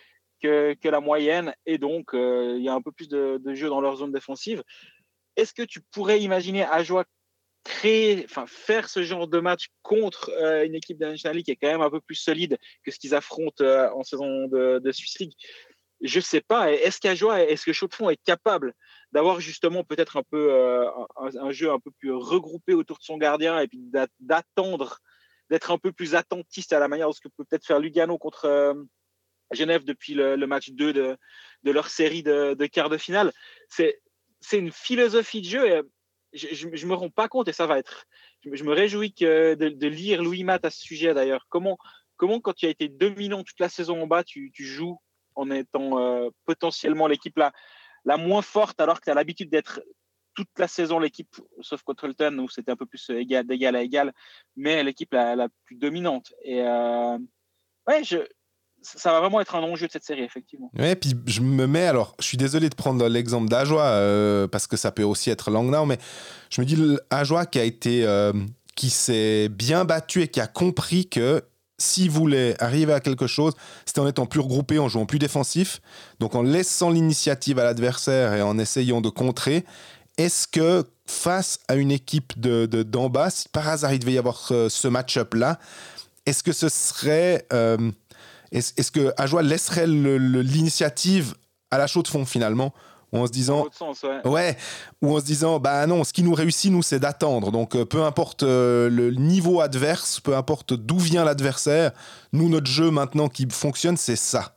que, que la moyenne et donc il euh, y a un peu plus de, de jeu dans leur zone défensive. Est-ce que tu pourrais imaginer Ajoie créer, enfin faire ce genre de match contre euh, une équipe de la National League qui est quand même un peu plus solide que ce qu'ils affrontent euh, en saison de, de Swiss League? Je sais pas. Est-ce qu'Ajoie, est-ce que Chaux-de-Fonds est capable d'avoir justement peut-être un peu euh, un, un jeu un peu plus regroupé autour de son gardien et puis d'attendre, d'être un peu plus attentiste à la manière de ce que peut peut-être faire Lugano contre euh, Genève depuis le, le match deux de, de leur série de, de quart de finale? C'est c'est une philosophie de jeu et je, je me rends pas compte et ça va être. Je, je me réjouis que de, de lire Louis Matt à ce sujet d'ailleurs. Comment, comment quand tu as été dominant toute la saison en bas, tu, tu joues en étant euh, potentiellement l'équipe la, la moins forte alors que tu as l'habitude d'être toute la saison l'équipe, sauf contre Elton où c'était un peu plus égal, d'égal à égal, mais l'équipe la, la plus dominante. Et euh, ouais, je. Ça va vraiment être un enjeu de cette série, effectivement. Ouais, puis je me mets, alors je suis désolé de prendre l'exemple d'Ajoie, euh, parce que ça peut aussi être Langnau, mais je me dis, Ajoie qui a été, euh, qui s'est bien battu et qui a compris que s'il voulait arriver à quelque chose, c'était en étant plus regroupé, en jouant plus défensif, donc en laissant l'initiative à l'adversaire et en essayant de contrer. Est-ce que face à une équipe de, de, d'en bas, si par hasard il devait y avoir ce, ce match-up-là, est-ce que ce serait... Euh, Est-ce, est-ce que Ajoie laisserait le, le, l'initiative à la Chaux-de-Fonds finalement, ou en se disant, dans sens, ouais. ouais, ou en se disant, bah non, ce qui nous réussit nous, c'est d'attendre. Donc euh, peu importe euh, le niveau adverse, peu importe d'où vient l'adversaire, nous notre jeu maintenant qui fonctionne, c'est ça.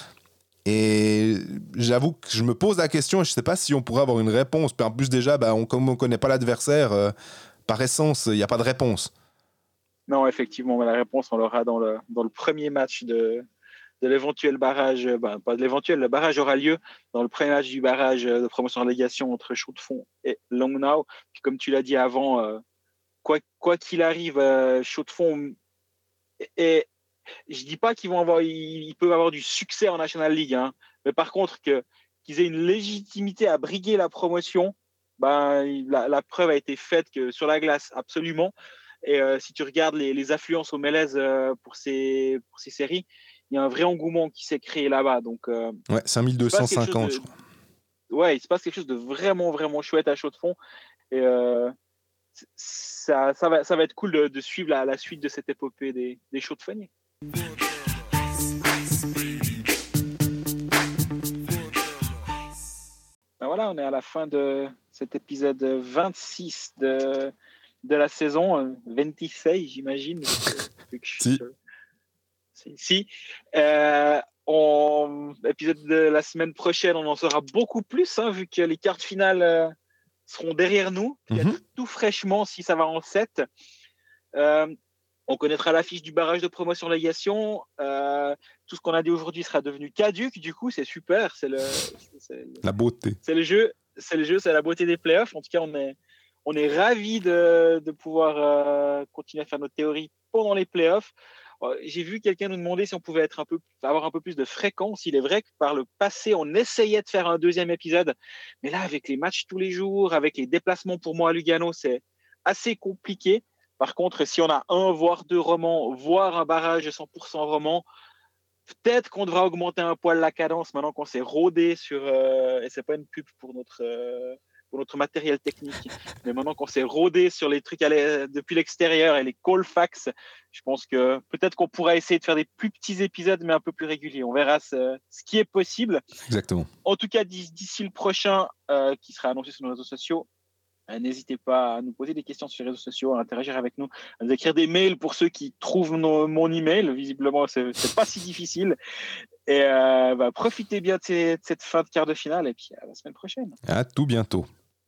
Et j'avoue que je me pose la question et je sais pas si on pourrait avoir une réponse. En plus déjà, bah, on, comme on connaît pas l'adversaire, euh, par essence, il n'y a pas de réponse. Non, effectivement, la réponse, on l'aura dans le, dans le premier match de, de l'éventuel barrage. Ben, pas de l'éventuel, le barrage aura lieu dans le premier match du barrage de promotion-relégation entre Chaux-de-Fonds et Langnau. Puis, comme tu l'as dit avant, euh, quoi, quoi qu'il arrive, euh, Chaux-de-Fonds, et, et je dis pas qu'ils vont avoir, ils, ils peuvent avoir du succès en National League, hein, mais par contre, que, qu'ils aient une légitimité à briguer la promotion, ben, la, la preuve a été faite que sur la glace, absolument. Et euh, si tu regardes les, les affluences au Mélèze euh, pour, ces, pour ces séries, il y a un vrai engouement qui s'est créé là-bas. Donc, euh, ouais, cinq mille deux cent cinquante, de, je crois. Ouais, il se passe quelque chose de vraiment, vraiment chouette à Chaux-de-Fonds. Et euh, ça, ça, va, ça va être cool de, de suivre la, la suite de cette épopée des, des Chaux-de-Fonniers. Ben voilà, on est à la fin de cet épisode vingt-six de... de la saison, vingt-six, j'imagine. si. Si. si. Euh, on... Épisode de la semaine prochaine, on en saura beaucoup plus, hein, vu que les quarts finales euh, seront derrière nous, peut-être Mhm. tout fraîchement si ça va en sept. Euh, on connaîtra l'affiche du barrage de promotion légation. Euh, tout ce qu'on a dit aujourd'hui sera devenu caduque. Du coup, c'est super. C'est le, c'est, c'est le, La beauté. c'est le jeu, c'est le jeu, c'est la beauté des playoffs. En tout cas, on est, on est ravis de, de pouvoir euh, continuer à faire nos théories pendant les playoffs. Euh, J'ai vu quelqu'un nous demander si on pouvait être un peu, avoir un peu plus de fréquence. Il est vrai que par le passé, on essayait de faire un deuxième épisode, mais là, avec les matchs tous les jours, avec les déplacements pour moi à Lugano, c'est assez compliqué. Par contre, si on a un, voire deux romans, voire un barrage cent pour cent roman, peut-être qu'on devra augmenter un poil la cadence maintenant qu'on s'est rodé sur, euh, et c'est pas une pub pour notre, euh, pour notre matériel technique, mais maintenant qu'on s'est rodé sur les trucs à l'e- depuis l'extérieur et les Colfax, je pense que peut-être qu'on pourra essayer de faire des plus petits épisodes, mais un peu plus réguliers. On verra ce, ce qui est possible. Exactement. En tout cas, d'ici d'ici le prochain, euh, qui sera annoncé sur nos réseaux sociaux, euh, n'hésitez pas à nous poser des questions sur les réseaux sociaux, à interagir avec nous, à nous écrire des mails pour ceux qui trouvent nos, mon email. Visiblement, c'est, c'est pas si difficile. Et euh, bah, profitez bien de, ces, de cette fin de quart de finale et puis à la semaine prochaine. À tout bientôt.